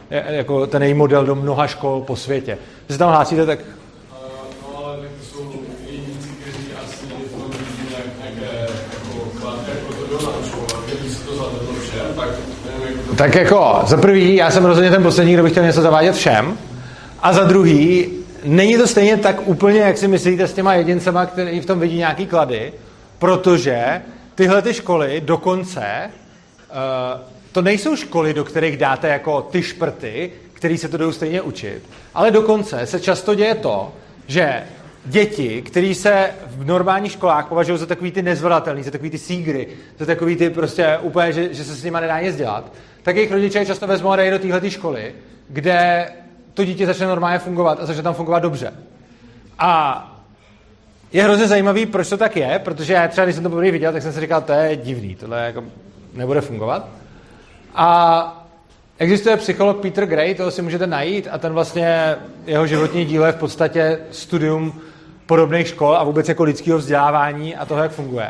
jako ten její model do mnoha škol po světě. Když se tam hlásíte, tak... No, ale tak to jsou jedinci, kteří asi v tom vidí nějaké jako kládky, jako to bylo na školu, a když se to zavedlo všem, tak nevím, jak to... Tak jako, za prvý, já jsem rozhodně ten poslední, kdo by chtěl něco zavádět všem, a za druhý, není to stejně tak úplně, jak si myslíte s těma jedincema, který v tom vidí nějaký klady, protože tyhle ty školy dokonce, uh, to nejsou školy, do kterých dáte jako ty šprty, který se to jdou stejně učit, ale dokonce se často děje to, že děti, který se v normálních školách považují za takový ty nezvladatelný, za takový ty sígry, za takový ty prostě úplně, že, že se s nima nedá nic dělat, tak jejich rodiče často vezmou a dají do téhleté školy, kde to dítě začne normálně fungovat a začne tam fungovat dobře. A je hrozně zajímavý, proč to tak je, protože já třeba, když jsem to poprvé viděl, tak jsem si říkal, to je divný, tohle jako nebude fungovat. A existuje psycholog Peter Gray, toho si můžete najít a ten vlastně, jeho životní dílo je v podstatě studium podobných škol a vůbec jako lidského vzdělávání a toho, jak funguje.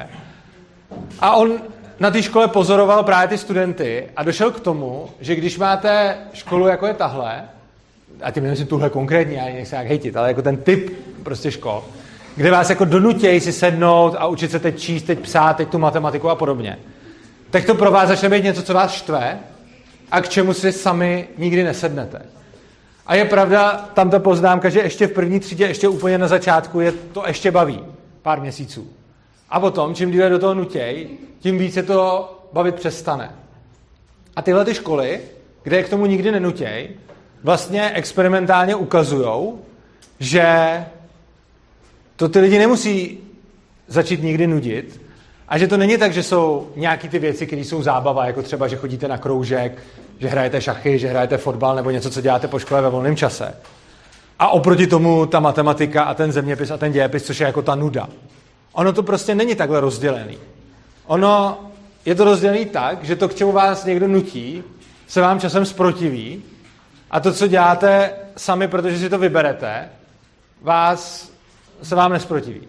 A on na té škole pozoroval právě ty studenty a došel k tomu, že když máte školu, jako je tahle, a tím nemyslím tuhle konkrétní, já nechci nějak hejtit, ale jako ten typ prostě škol, kde vás jako donutějí si sednout a učit se teď číst, teď psát, teď tu matematiku a podobně, tak to pro vás začne být něco, co vás štve a k čemu si sami nikdy nesednete. A je pravda, tam ta poznámka, že ještě v první třídě, ještě úplně na začátku je to ještě baví pár měsíců. A potom, čím díle do toho nutěj, tím více to bavit přestane. A tyhle ty školy, kde je k tomu nikdy nenutěj, vlastně experimentálně ukazujou, že to ty lidi nemusí začít nikdy nudit a že to není tak, že jsou nějaký ty věci, které jsou zábava, jako třeba, že chodíte na kroužek, že hrajete šachy, že hrajete fotbal nebo něco, co děláte po škole ve volném čase. A oproti tomu ta matematika a ten zeměpis a ten dějepis, což je jako ta nuda. Ono to prostě není takhle rozdělený. Ono je to rozdělený tak, že to, k čemu vás někdo nutí, se vám časem zprotiví a to, co děláte sami, protože si to vyberete, vás se vám nesprotiví.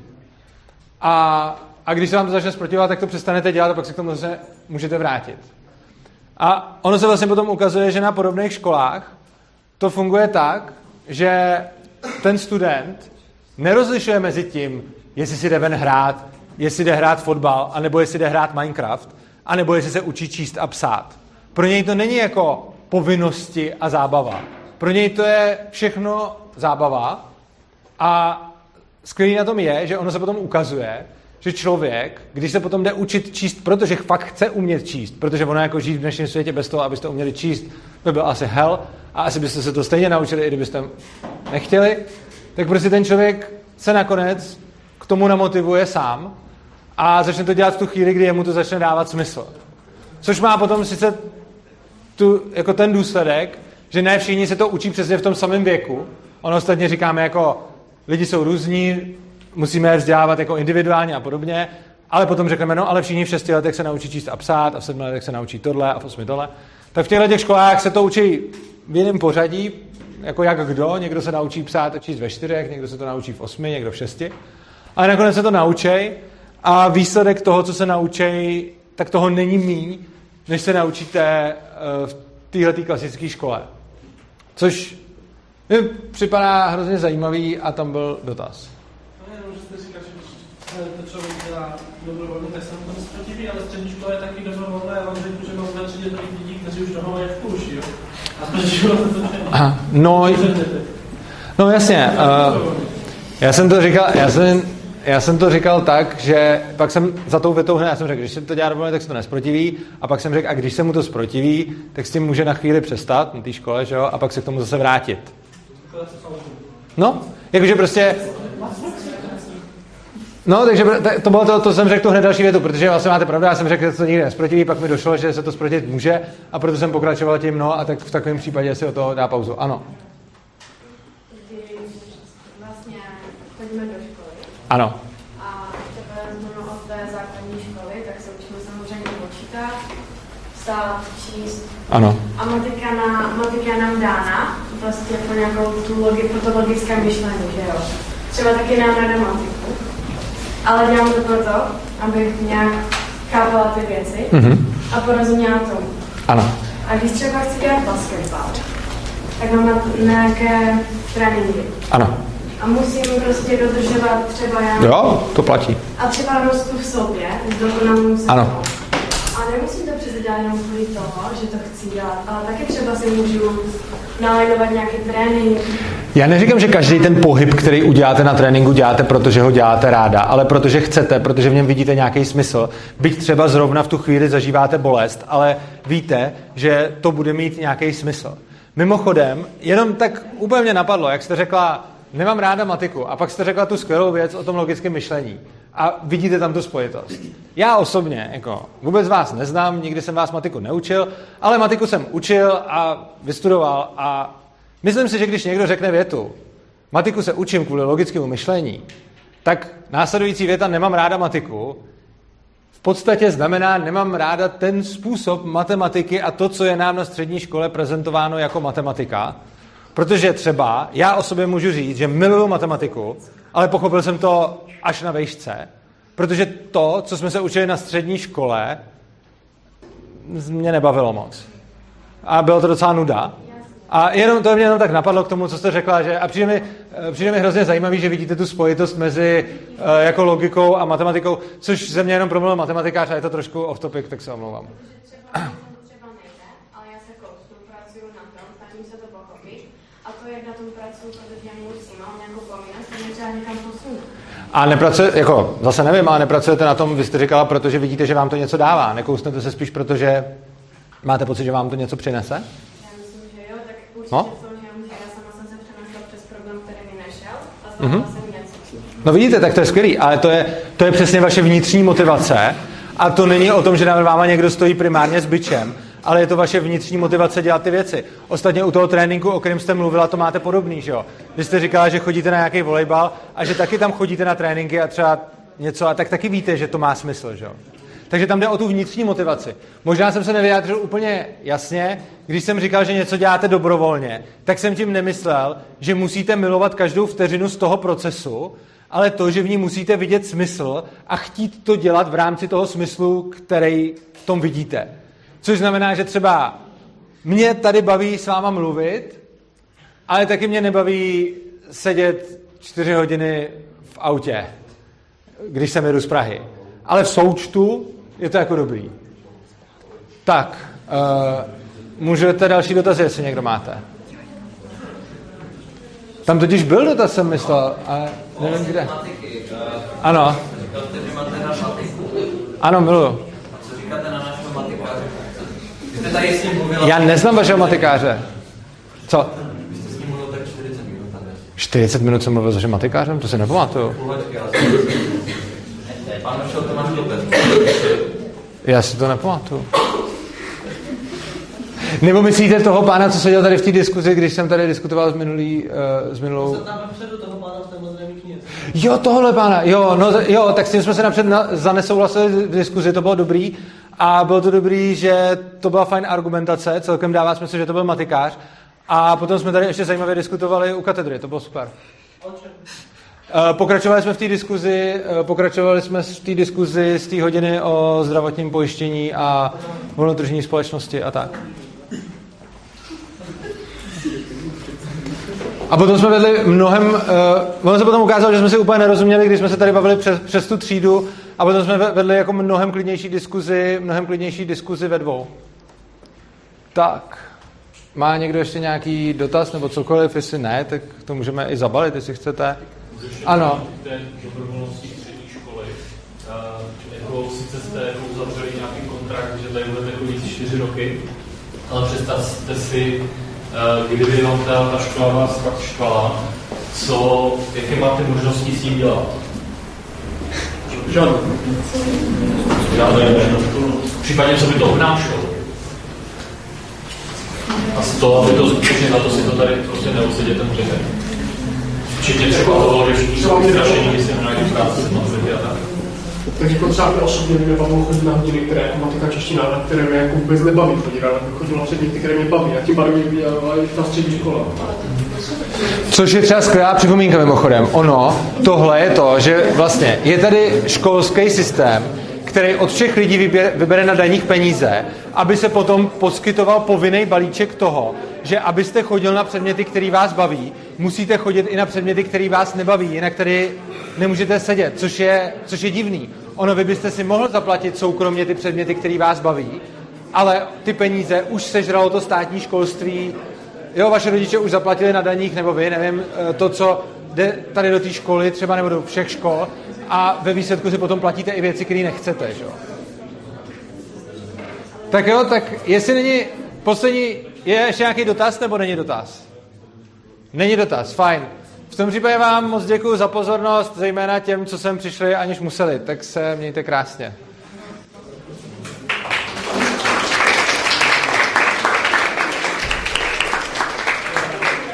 A, a když se vám to začne zprotivovat, tak to přestanete dělat a pak se k tomu zase můžete vrátit. A ono se vlastně potom ukazuje, že na podobných školách to funguje tak, že ten student nerozlišuje mezi tím, jestli si jde ven hrát, jestli jde hrát fotbal, anebo jestli jde hrát Minecraft, anebo jestli se učí číst a psát. Pro něj to není jako povinnosti a zábava. Pro něj to je všechno zábava a skvělý na tom je, že ono se potom ukazuje, že člověk, když se potom jde učit číst, protože fakt chce umět číst, protože ono jako žít v dnešním světě bez toho, abyste uměli číst, by byl asi hell a asi byste se to stejně naučili, i kdybyste nechtěli, tak prostě ten člověk se nakonec k tomu namotivuje sám a začne to dělat v tu chvíli, kdy jemu to začne dávat smysl. Což má potom sice tu, jako ten důsledek, že ne všichni se to učí přesně v tom samém věku. Ono ostatně říkáme jako lidi jsou různí, musíme je vzdělávat jako individuálně a podobně, ale potom řekneme, no ale všichni v šesti letech se naučí číst a psát a v sedmi letech se naučí tohle a v osmi tohle. Tak v těchto těch školách se to učí v jiném pořadí, jako jak kdo, někdo se naučí psát a číst ve čtyřech, někdo se to naučí v osmi, někdo v šesti. Ale nakonec se to naučej a výsledek toho, co se naučej, tak toho není míň, než se naučíte v téhletý klasické škole. Což mi připadá hrozně zajímavý a tam byl dotaz. No jenom, že jste říkal, že to člověk dělá dobrovolně, tak se mu to nesprotiví, ale střední škola je taky dobrovolné, já vám řeknu, že mám ve třídě tolik lidí, kteří už toho mají v kůži, jo? A to to no, no jasně, uh, já jsem to říkal, já jsem, já jsem to říkal tak, že pak jsem za tou větou hned, já jsem řekl, když se to dělá dobrovolně, tak se to nesprotiví, a pak jsem řekl, a když se mu to zprotiví, tak s tím může na chvíli přestat na té škole, že jo, a pak se k tomu zase vrátit. No, jakože prostě... No, takže to bylo to, to jsem řekl tu hned další větu, protože vlastně máte pravdu, já jsem řekl, že se to nikdy nesprotiví, pak mi došlo, že se to zprotit může a proto jsem pokračoval tím, no a tak v takovém případě si o to dá pauzu. Ano. Když vlastně chodíme do školy. Ano. A teprve mluvím od té základní školy, tak se učíme samozřejmě počítat, psát, číst. Ano. A matika, na, matika nám dána, prostě po nějakou tu logi, pro to logické myšlení, že jo. Třeba taky nám na matiku. Ale dělám to proto, abych nějak chápala ty věci mm-hmm. a porozuměla tomu. Ano. A když třeba chci dělat basketbal, tak mám na nějaké tréninky. Ano. A musím prostě dodržovat třeba já... Jo, to platí. A třeba rostu v sobě, zdokonalím se. Ano. A nemusím to přece dělat jenom kvůli toho, že to chci dělat, ale taky třeba si můžu nalajnovat nějaký trénink. Já neříkám, že každý ten pohyb, který uděláte na tréninku, děláte, protože ho děláte ráda, ale protože chcete, protože v něm vidíte nějaký smysl. Byť třeba zrovna v tu chvíli zažíváte bolest, ale víte, že to bude mít nějaký smysl. Mimochodem, jenom tak úplně mě napadlo, jak jste řekla, nemám ráda matiku, a pak jste řekla tu skvělou věc o tom logickém myšlení. A vidíte tam tu spojitost. Já osobně jako vůbec vás neznám, nikdy jsem vás matiku neučil, ale matiku jsem učil a vystudoval a myslím si, že když někdo řekne větu, matiku se učím kvůli logickému myšlení, tak následující věta nemám ráda matiku v podstatě znamená nemám ráda ten způsob matematiky a to, co je nám na střední škole prezentováno jako matematika, protože třeba já o sobě můžu říct, že miluju matematiku, ale pochopil jsem to až na vejšce, protože to, co jsme se učili na střední škole, mě nebavilo moc. A bylo to docela nuda. A jenom, to mě jenom tak napadlo k tomu, co jste řekla, že a přijde mi, přijde mi hrozně zajímavý, že vidíte tu spojitost mezi uh, jako logikou a matematikou, což ze mě jenom promluvil matematikář a je to trošku off topic, tak se omlouvám. A nepracuje, jako, zase nevím, ale nepracujete na tom, vy jste říkala, protože vidíte, že vám to něco dává. Nekousnete se spíš, protože máte pocit, že vám to něco přinese? Já myslím, že jo, tak určitě no? to, že já sama jsem se přenesla přes problém, který mi nešel a zvládla mm-hmm. jsem něco. No vidíte, tak to je skvělý, ale to je, to je přesně vaše vnitřní motivace a to není o tom, že nad váma někdo stojí primárně s bičem, ale je to vaše vnitřní motivace dělat ty věci. Ostatně u toho tréninku, o kterém jste mluvila, to máte podobný, že jo? Vy jste říkala, že chodíte na nějaký volejbal a že taky tam chodíte na tréninky a třeba něco, a tak taky víte, že to má smysl, že jo? Takže tam jde o tu vnitřní motivaci. Možná jsem se nevyjádřil úplně jasně, když jsem říkal, že něco děláte dobrovolně, tak jsem tím nemyslel, že musíte milovat každou vteřinu z toho procesu, ale to, že v ní musíte vidět smysl a chtít to dělat v rámci toho smyslu, který v tom vidíte. Což znamená, že třeba mě tady baví s váma mluvit, ale taky mě nebaví sedět čtyři hodiny v autě, když jsem jedu z Prahy. Ale v součtu je to jako dobrý. Tak, uh, můžete další dotazy, jestli někdo máte. Tam totiž byl dotaz, jsem myslel, ale nevím kde. Ano. Ano, miluju. Co říkáte na našeho matikáře? Jste tady s ním mluvila... Já neznám vašeho matikáře. Co? Vy jste s ním mluvil tak čtyřicet minut. čtyřicet minut jsem mluvil s vaším matikářem? To si nepamatuju. Pan Šel Tomáš Lopez. Já si to nepamatuju. Nebo myslíte toho pána, co seděl tady v té diskuzi, když jsem tady diskutoval s, minulý, uh, s minulou... Jo, tohle pána, jo, no, jo, tak s tím jsme se napřed na, zanesouhlasili v diskuzi, to bylo dobrý a bylo to dobrý, že to byla fajn argumentace, celkem dává smysl, že to byl matikář a potom jsme tady ještě zajímavě diskutovali u katedry, to bylo super. Pokračovali jsme v té diskuzi, pokračovali jsme v té diskuzi z té hodiny o zdravotním pojištění a volnotržní společnosti a tak. A potom jsme vedli mnohem, uh, ono se potom ukázalo, že jsme si úplně nerozuměli, když jsme se tady bavili přes, přes tu třídu a potom jsme vedli jako mnohem klidnější diskuzi, mnohem klidnější diskuzi ve dvou. Tak, má někdo ještě nějaký dotaz nebo cokoliv, jestli ne, tak to můžeme i zabalit, jestli chcete. Ano. Té dobrovolnosti střední školy, jako sice jste uzavřeli nějaký kontrakt, že tady budete chodit čtyři roky, ale představte si, kdyby vám ta, ta škola vás fakt štvala, co, jaké máte možnosti s tím dělat? Žádné. Žádné případně, co by to obnášelo. A z toho, aby to skutečně na to si to tady prostě neusedě ten břehem. Včetně třeba toho, že všichni jsou vystrašení, když se najde práce z maturity a tak. Takže jako třeba mě osobně mě bavilo chodit na hodiny, které jako matika čeština, které mě jako vůbec nebaví chodit, ale chodil na předměty, které mě baví. A tím baví mě i ta střední škola. Což je třeba skvělá připomínka mimochodem. Ono, tohle je to, že vlastně je tady školský systém, který od všech lidí vybere, vybere na daních peníze, aby se potom poskytoval povinný balíček toho, že abyste chodil na předměty, které vás baví, musíte chodit i na předměty, které vás nebaví, jinak tady nemůžete sedět, což je, což je divný. Ono, vy byste si mohl zaplatit soukromně ty předměty, které vás baví, ale ty peníze už sežralo to státní školství. Jo, vaše rodiče už zaplatili na daních, nebo vy, nevím, to, co jde tady do té školy, třeba nebo do všech škol, a ve výsledku si potom platíte i věci, které nechcete, že jo. Tak jo, tak jestli není poslední, je ještě nějaký dotaz, nebo není dotaz? Není dotaz, fajn. V tom případě vám moc děkuji za pozornost, zejména těm, co sem přišli, aniž museli, tak se mějte krásně.